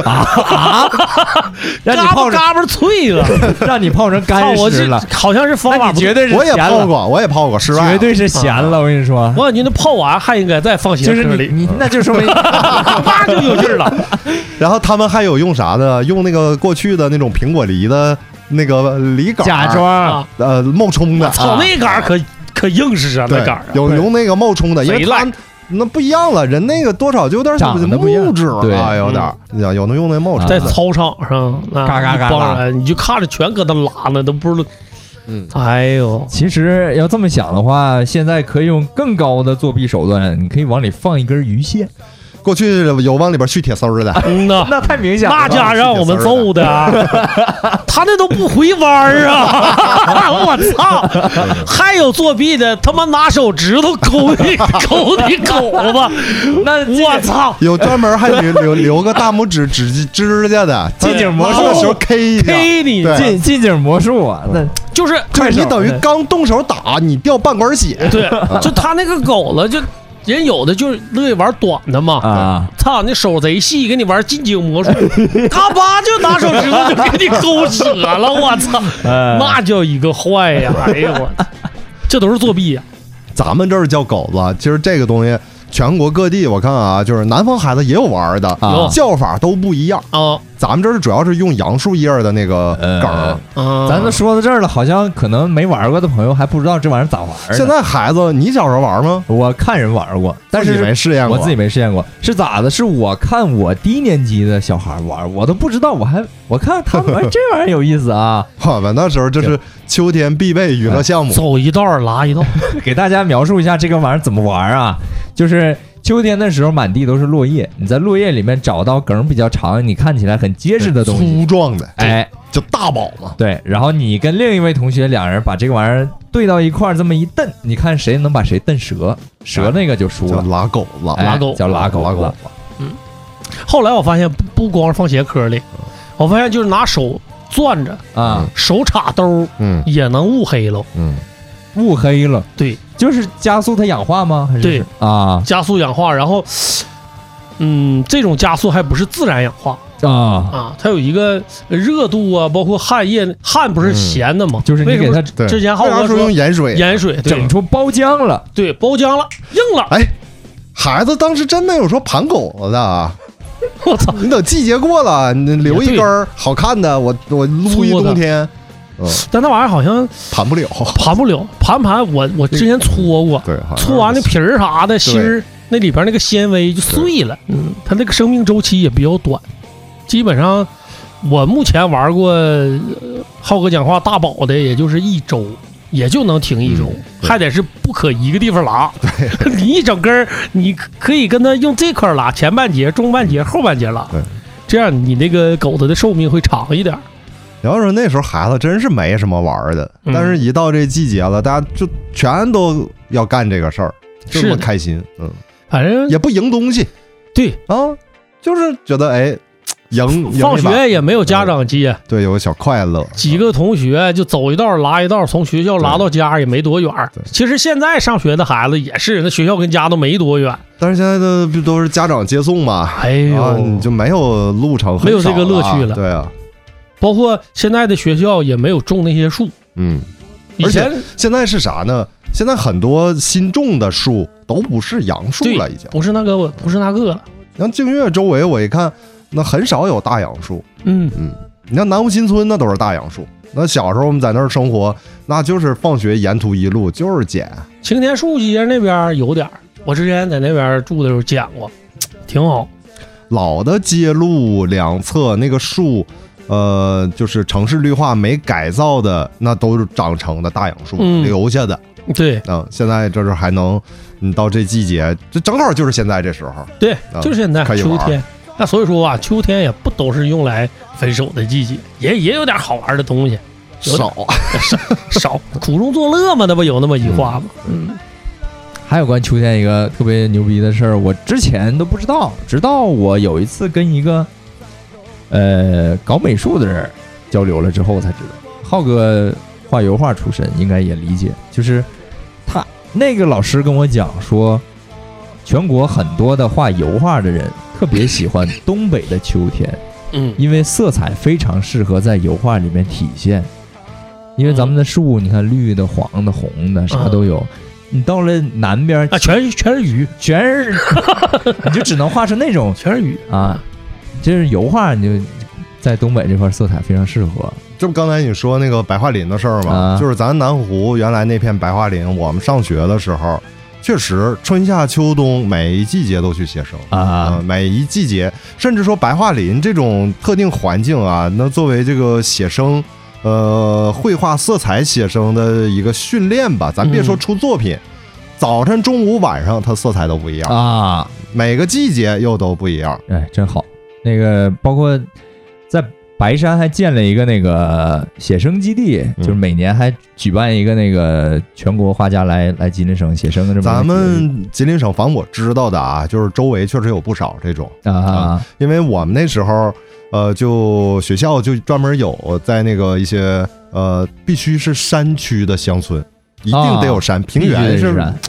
让你泡嘎巴脆了， 让你泡成干湿了。 好像是方法， 绝对是我也泡过，失败， 绝对是咸了。我跟你说， 我感觉那泡完还应该再放咸水里， 你那就说明那就有劲了。 然后他们还有用啥的？用那个过去的那种苹果梨的那个梨杆， 假装冒充的。 操，那杆可硬实啊，那杆有用那个冒充的，因为它那不一样了，人那个多少就有点木质了，有点有能用那冒充。 在操场上， 嘎嘎嘎拉，你就看着全搁那拉呢，都不知道。哎呦， 其实要这么想的话，现在可以用更高的作弊手段，你可以往里放一根鱼线。 过去有往里边续铁丝的， 那太明显了， 那家让我们揍的，他那都不回弯啊！我操，还有作弊的，他妈拿手指头抠你狗子，那我操， 有专门还留个大拇指指甲的， 近景魔术的时候 K 你， 近景魔术啊，那就是你等于刚动手打，你掉半管血， 对，就他那个狗子就。人有的就是乐意玩短的嘛，操，那手贼细，给你玩近景魔术，嘎巴就拿手指头就给你勾折了，我操，那叫一个坏呀！哎呦我，这都是作弊呀！ 咱们这儿叫狗子，其实这个东西全国各地我看啊，就是南方孩子也有玩的，叫法都不一样啊。 咱们这是主要是用杨树叶的那个梗咱都说到这儿了，好像可能没玩过的朋友还不知道这玩意儿咋玩。 现在孩子，你小时候玩吗？ 我看人玩过，但是没试验过， 我自己没试验过。是咋的？是我看我低年级的小孩玩，我都不知道，我看他们玩这玩意儿有意思啊。 我们那时候就是秋天必备娱乐项目， 走一道拉一道。 给大家描述一下这个玩意儿怎么玩啊？就是秋天的时候，满地都是落叶，你在落叶里面找到梗比较长，你看起来很结实的东西， 粗壮的， 哎， 就大宝嘛。 对，然后你跟另一位同学两人把这个玩意儿对到一块儿，这么一蹬，你看谁能把谁蹬折，折那个就输了。 拉狗子， 拉狗叫拉狗子。 后来我发现不光是放鞋壳里，我发现就是拿手攥着啊， 手插兜，也能雾黑了。 雾黑了， 对， 就是加速它氧化吗？还是对啊， 加速氧化，然后，这种加速还不是自然氧化啊，它有一个热度啊，包括汗液，汗不是咸的吗？ 就是你给它之前浩哥说用盐水整出包浆了， 对，包浆了，硬了。 哎，孩子当时真的有说盘狗子的啊。 我操！ 你等季节过了，你留一根好看的，我撸一冬天。 但那玩意儿好像盘不了， 盘我之前搓过， 对， 搓完那皮儿啥的芯儿，那里边那个纤维就碎了。它那个生命周期也比较短，基本上我目前玩过浩哥讲话大宝的，也就是1周，也就能停1周，还得是不可一个地方拉。 对， 你一整根，你可以跟他用这块拉，前半截、中半截、后半截拉， 对， 这样你那个狗子的寿命会长一点。 要是那时候孩子真是没什么玩的，但是一到这季节了，大家就全都要干这个事儿，就这么开心。 反正也不赢东西， 对啊，就是觉得哎，赢放学也没有家长接， 对，有个小快乐， 几个同学就走一道拉一道，从学校拉到家也没多远。其实现在上学的孩子也是，那学校跟家都没多远， 但是现在的都是家长接送嘛， 哎呦， 你就没有路程， 没有这个乐趣了。 对啊。 包括现在的学校也没有种那些树， 而且现在是啥呢？现在很多新种的树都不是杨树了，已经不是那个了。 像净月周围我一看，那很少有大杨树。你像南湖新村那都是大杨树。那小时候我们在那儿生活，那就是放学沿途一路就是捡。 青田树街那边有点，我之前在那边住的时候捡过，挺好。 老的街路两侧那个树。就是城市绿化没改造的，那都是长成的大杨树留下的。 对， 现在这是还能，你到这季节，这正好就是现在这时候。 对，就是现在秋天。那所以说啊，秋天也不都是用来分手的季节，也有点好玩的东西。少，苦中作乐嘛，那不有那么一话吗？ 还有关秋天一个特别牛逼的事儿，我之前都不知道，直到我有一次跟一个。搞美术的人交流了之后，我才知道，浩哥画油画出身，应该也理解。就是他那个老师跟我讲说，全国很多的画油画的人特别喜欢东北的秋天，因为色彩非常适合在油画里面体现。因为咱们的树，你看绿的、黄的、红的，啥都有。你到了南边啊，全是雨， 全是，你就只能画出那种全是雨啊。就是油画，你就在东北这块色彩非常适合。 就刚才你说那个白桦林的事儿嘛，就是咱南湖原来那片白桦林，我们上学的时候，确实春夏秋冬每一季节都去写生每一季节，甚至说白桦林这种特定环境啊，那作为这个写生，绘画色彩写生的一个训练吧，咱别说出作品，早晨、中午、晚上，它色彩都不一样啊， 每个季节又都不一样， 哎，真好。那个包括在白山还建了一个那个写生基地，就是每年还举办一个那个全国画家来吉林省写生的这么。 咱们吉林省，反正我知道的啊，就是周围确实有不少这种因为我们那时候就学校就专门有在那个一些必须是山区的乡村，一定得有山，平原是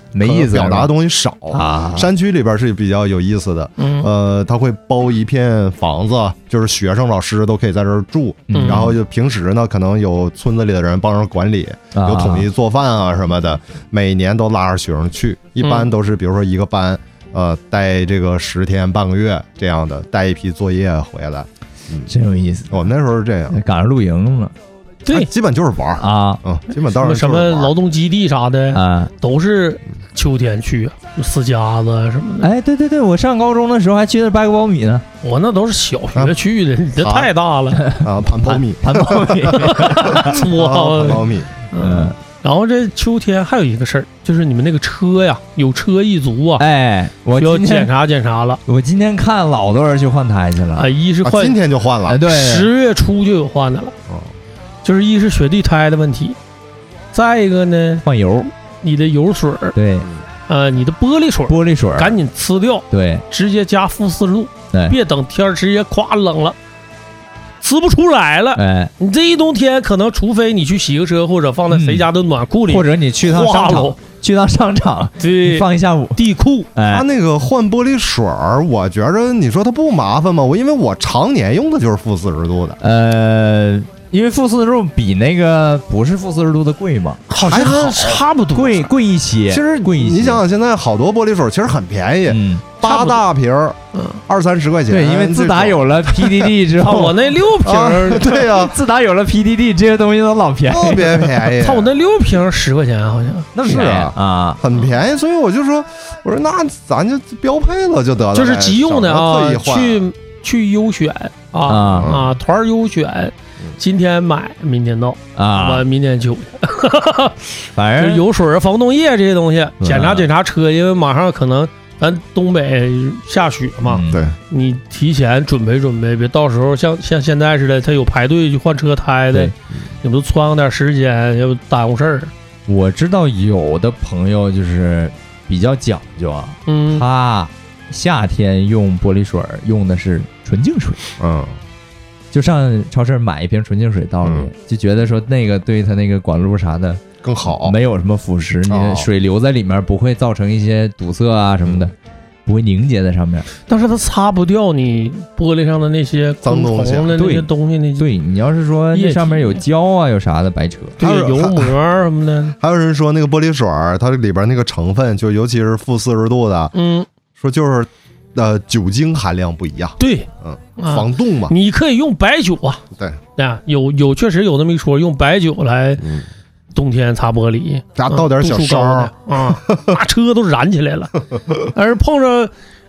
没意思， 表达的东西少啊。山区里边是比较有意思的，他会包一片房子，就是学生老师都可以在这儿住，然后就平时呢可能有村子里的人帮着管理，有统一做饭啊什么的，每年都拉着学生去，一般都是比如说一个班带这个10天半个月这样的，带一批作业回来， 真有意思。 我们那时候是这样， 赶上露营了。 对， 基本就是玩啊，基本当然什么劳动基地啥的啊，都是秋天去，私家子什么的。 哎，对，我上高中的时候还去那掰个苞米呢。 我那都是小学去的，你这太大了啊！盘苞米， 搓苞米， 然后这秋天还有一个事儿，就是你们那个车呀，有车一族啊， 哎，我要检查了。 我今天看老多人去换胎去了啊，一是换， 今天就换了， 对 ，10月初就有换的了。就是一是雪地胎的问题，再一个呢， 换油， 你的油水， 对， 你的玻璃水，赶紧呲掉， 对， 直接加-40度，别等天直接咵冷了，呲不出来了。 哎， 你这一冬天可能，除非你去洗个车，或者放在谁家的暖库里， 或者你去趟商场， 对， 放一下午地库。 他那个换玻璃水我觉着你说它不麻烦吗？因为我常年用的就是-40度的， 因为-40度比那个不是-40度的贵嘛， 好像差不多， 贵一些。 其实贵一些， 你想想现在好多玻璃水其实很便宜，8大瓶，20-30块钱。 对，因为自打有了 PDD 之后， 我那6瓶， 对呀， 自打有了 PDD， 这些东西都老便宜， 特别便宜。 我那6瓶10块钱好像， 那么便宜啊， 很便宜。所以我就说，我说那咱就标配了就得了， 就是急用的啊，去优选团优选。今天买，明天到啊！我明天就去。 反正油水、防冻液这些东西，检查车，因为马上可能咱东北下雪嘛。 对， 你提前准备，别到时候像现在似的，他有排队去换车胎的，你不窜上点时间，要不耽误事儿。 我知道有的朋友就是比较讲究啊，他夏天用玻璃水用的是纯净水，就上超市买一瓶纯净水倒里，就觉得说那个对它那个管路啥的更好， 没有什么腐蚀，你的水流在里面不会造成一些堵塞啊什么的，不会凝结在上面。但是它擦不掉你玻璃上的那些脏东西的那些东西， 对你要是说那上面有胶啊有啥的白扯， 对油膜什么的。 还有人说那个玻璃水它里边那个成分，就尤其是-40度的，说就是酒精含量不一样， 对， 防冻嘛。 你可以用白酒啊， 对啊，有确实有那么一说，用白酒来冬天擦玻璃， 倒点小烧啊，那车都燃起来了。而碰着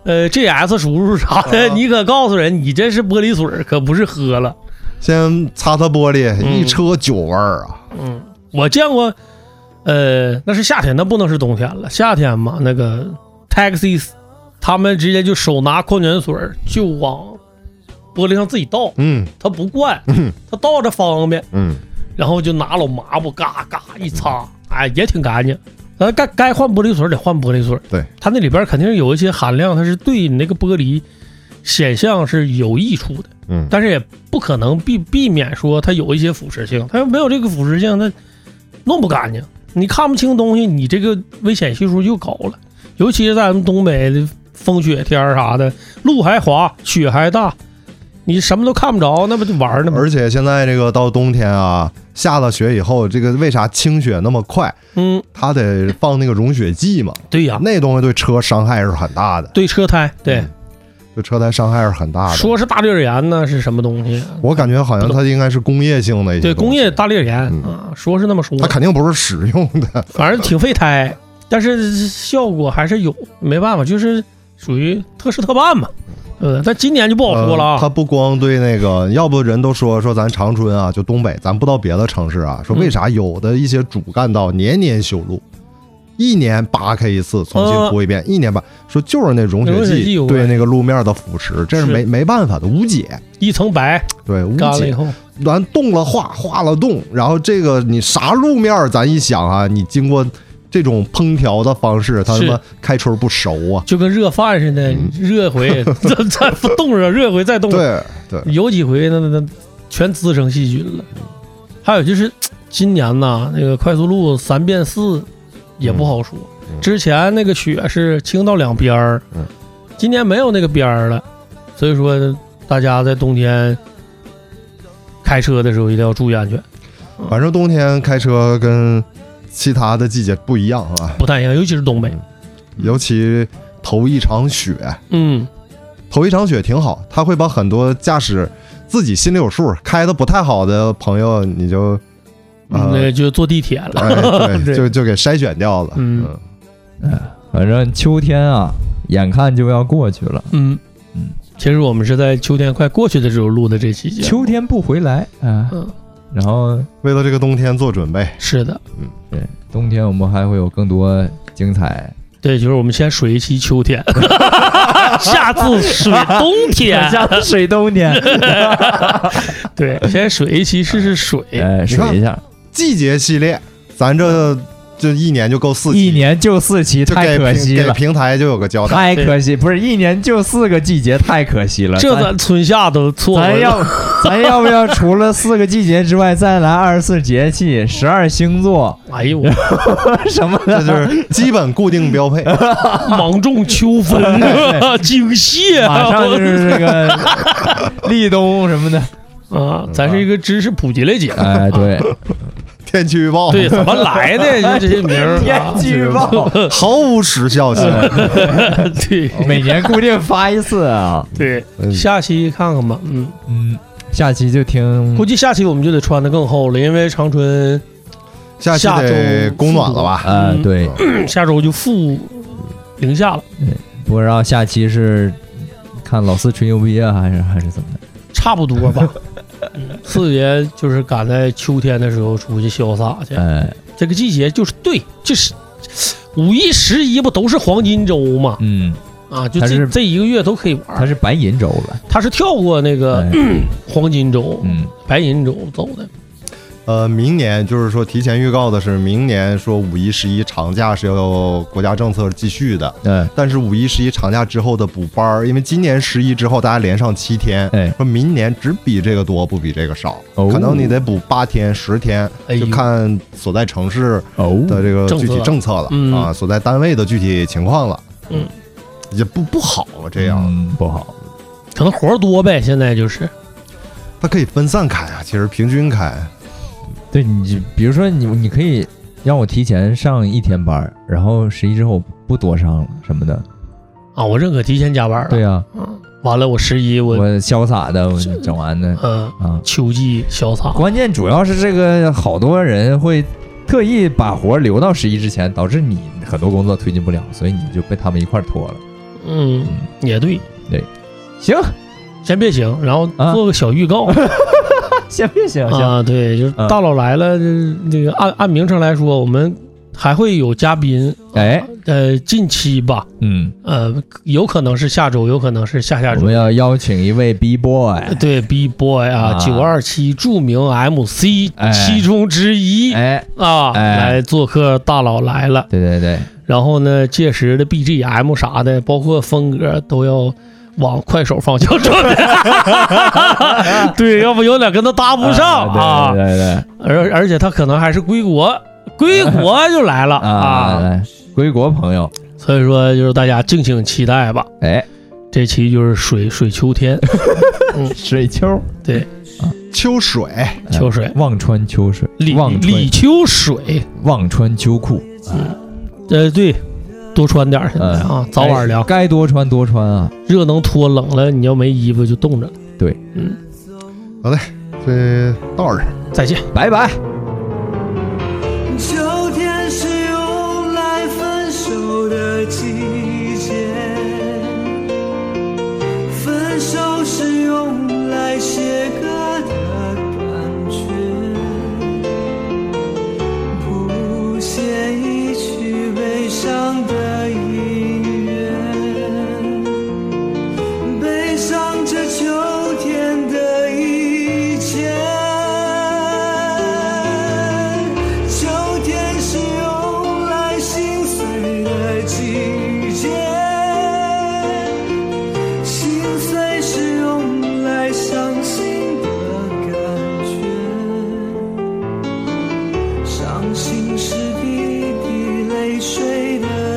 GS 叔叔啥的，你可告诉人，你这是玻璃水，可不是喝了。 先擦玻璃，一车酒味儿啊。 我见过，那是夏天，那不能是冬天了。夏天嘛，那个 taxi。他们直接就手拿矿泉水就往玻璃上自己倒，他不灌，他倒着方便，然后就拿老抹布嘎嘎一擦，哎，也挺干净。该换玻璃水得换玻璃水， 对， 它那里边肯定有一些含量，它是对你那个玻璃显像是有益处的，但是也不可能避免说它有一些腐蚀性，它要没有这个腐蚀性，它弄不干净，你看不清东西，你这个危险系数就高了，尤其是在咱们东北的。风雪天啥的，路还滑，雪还大，你什么都看不着，那不就玩呢吗？ 而且现在这个到冬天啊，下了雪以后，这个为啥清雪那么快？它得放那个融雪剂嘛。 对呀， 那东西对车伤害是很大的。 对车胎，对， 对车胎伤害是很大的。 说是大裂岩呢，是什么东西？ 我感觉好像它应该是工业性的一些。 对，工业大裂岩啊，说是那么说。 它肯定不是使用的， 反正挺费胎，但是效果还是有，没办法，就是属于特事特办嘛。但今年就不好说了啊。 它不光对那个，要不人都说咱长春啊，就东北，咱不到别的城市啊，说为啥有的一些主干道年年修路，1年扒开一次，重新铺一遍，1年扒，说就是那融雪剂对那个路面的腐蚀，这是没办法的，无解。 一层白， 对，无解干了以后， 咱冻了化，化了冻，然后这个你啥路面，咱一想啊，你经过这种烹调的方式，它他妈开春不熟啊， 就跟热饭似的，热回再冻上，热回再冻， 对， 有几回那全滋生细菌了。还有就是今年呐，那个快速路3变4也不好说， 之前那个雪是清到两边儿，今年没有那个边儿了，所以说大家在冬天开车的时候一定要注意安全。 反正冬天开车跟其他的季节不一样啊， 不太一样，尤其是东北， 尤其头一场雪，头一场雪挺好，他会把很多驾驶自己心里有数，开的不太好的朋友，你就那就坐地铁了， 对，就给筛选掉了。 反正秋天啊，眼看就要过去了。 其实我们是在秋天快过去的时候录的这期节目， 秋天不回来啊。然后为了这个冬天做准备。 是的， 对，冬天我们还会有更多精彩。 对，就是我们先水一期秋天，下次水冬天， 下次水冬天。 对，先水一期试试水， 水一下。 季节系列，咱这就一年就够4期， 一年就4期，太可惜了。 给平台就有个交代， 太可惜，不是一年就4个季节，太可惜了。 这咱春夏都错了。 咱要不要除了4个季节之外，再来24节气、12星座？ 哎呦， 什么的， 这就是基本固定标配。 芒种秋分，惊蟹， 马上就是这个立冬什么的啊！咱是一个知识普及类节目。 哎，对。 天气预报， 对，怎么来的？就这些名儿， 天气预报毫无时效性。 对， 每年固定发一次啊。 对，下期看看吧。 下期就听， 估计下期我们就得穿得更厚了，因为长春下期得供暖了吧？ 对， 下周就负零下了。 不知道下期是看老四吹牛逼啊，还是怎么的？ 差不多吧。四爷就是赶在秋天的时候出去潇洒去。这个季节就是就是5、11不都是黄金周吗？就这一个月都可以玩。 它是白银周了， 它是跳过那个黄金周，白银周走的。 明年就是说提前预告的是，明年说5、11长假是要国家政策继续的。但是5、11长假之后的补班，因为今年11之后大家连上7天，说明年只比这个多不比这个少，可能你得补8天、10天，就看所在城市的这个具体政策了啊，所在单位的具体情况了。也不好啊，这样不好， 可能活多呗。现在就是它可以分散开啊，其实平均开。 对，你比如说你可以让我提前上1天班，然后11之后不多上了什么的啊，我认可提前加班了。 对呀， 完了我11我潇洒的，我整完的， 秋季潇洒。 关键主要是这个好多人会特意把活留到11之前，导致你很多工作推进不了，所以你就被他们一块拖了。 也对， 行， 先别行，然后做个小预告。 先别行啊，对，就是大佬来了，这个按名称来说，我们还会有嘉宾，近期吧，有可能是下周，有可能是下周， 我们要邀请一位 B boy， 对 B boy 啊，927著名 MC 其中之一，来做客大佬来了， 对， 然后呢，届时的 BGM 啥的，包括风格都要往快手方向转。对，要不有点跟他搭不上啊。 对， 而且他可能还是归国就来了啊， 归国朋友。 所以说就是大家敬请期待吧。这期就是水秋天， 水秋， 对， 秋水， 忘穿秋水， 李秋水， 忘穿秋裤。 对。多穿点现在啊，早晚凉， 该多穿多穿啊， 热能脱，冷了你要没衣服就冻着了。 对， 好嘞，这到这儿， 再见， 拜拜。 秋天是用来分手的季节，分手是用来写歌的感觉，谱写一曲悲伤的音乐，悲伤着秋天的一切。秋天是用来心碎的季节，心碎是用来伤心的感觉，伤心是滴滴泪水的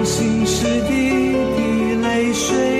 心是滴滴泪水。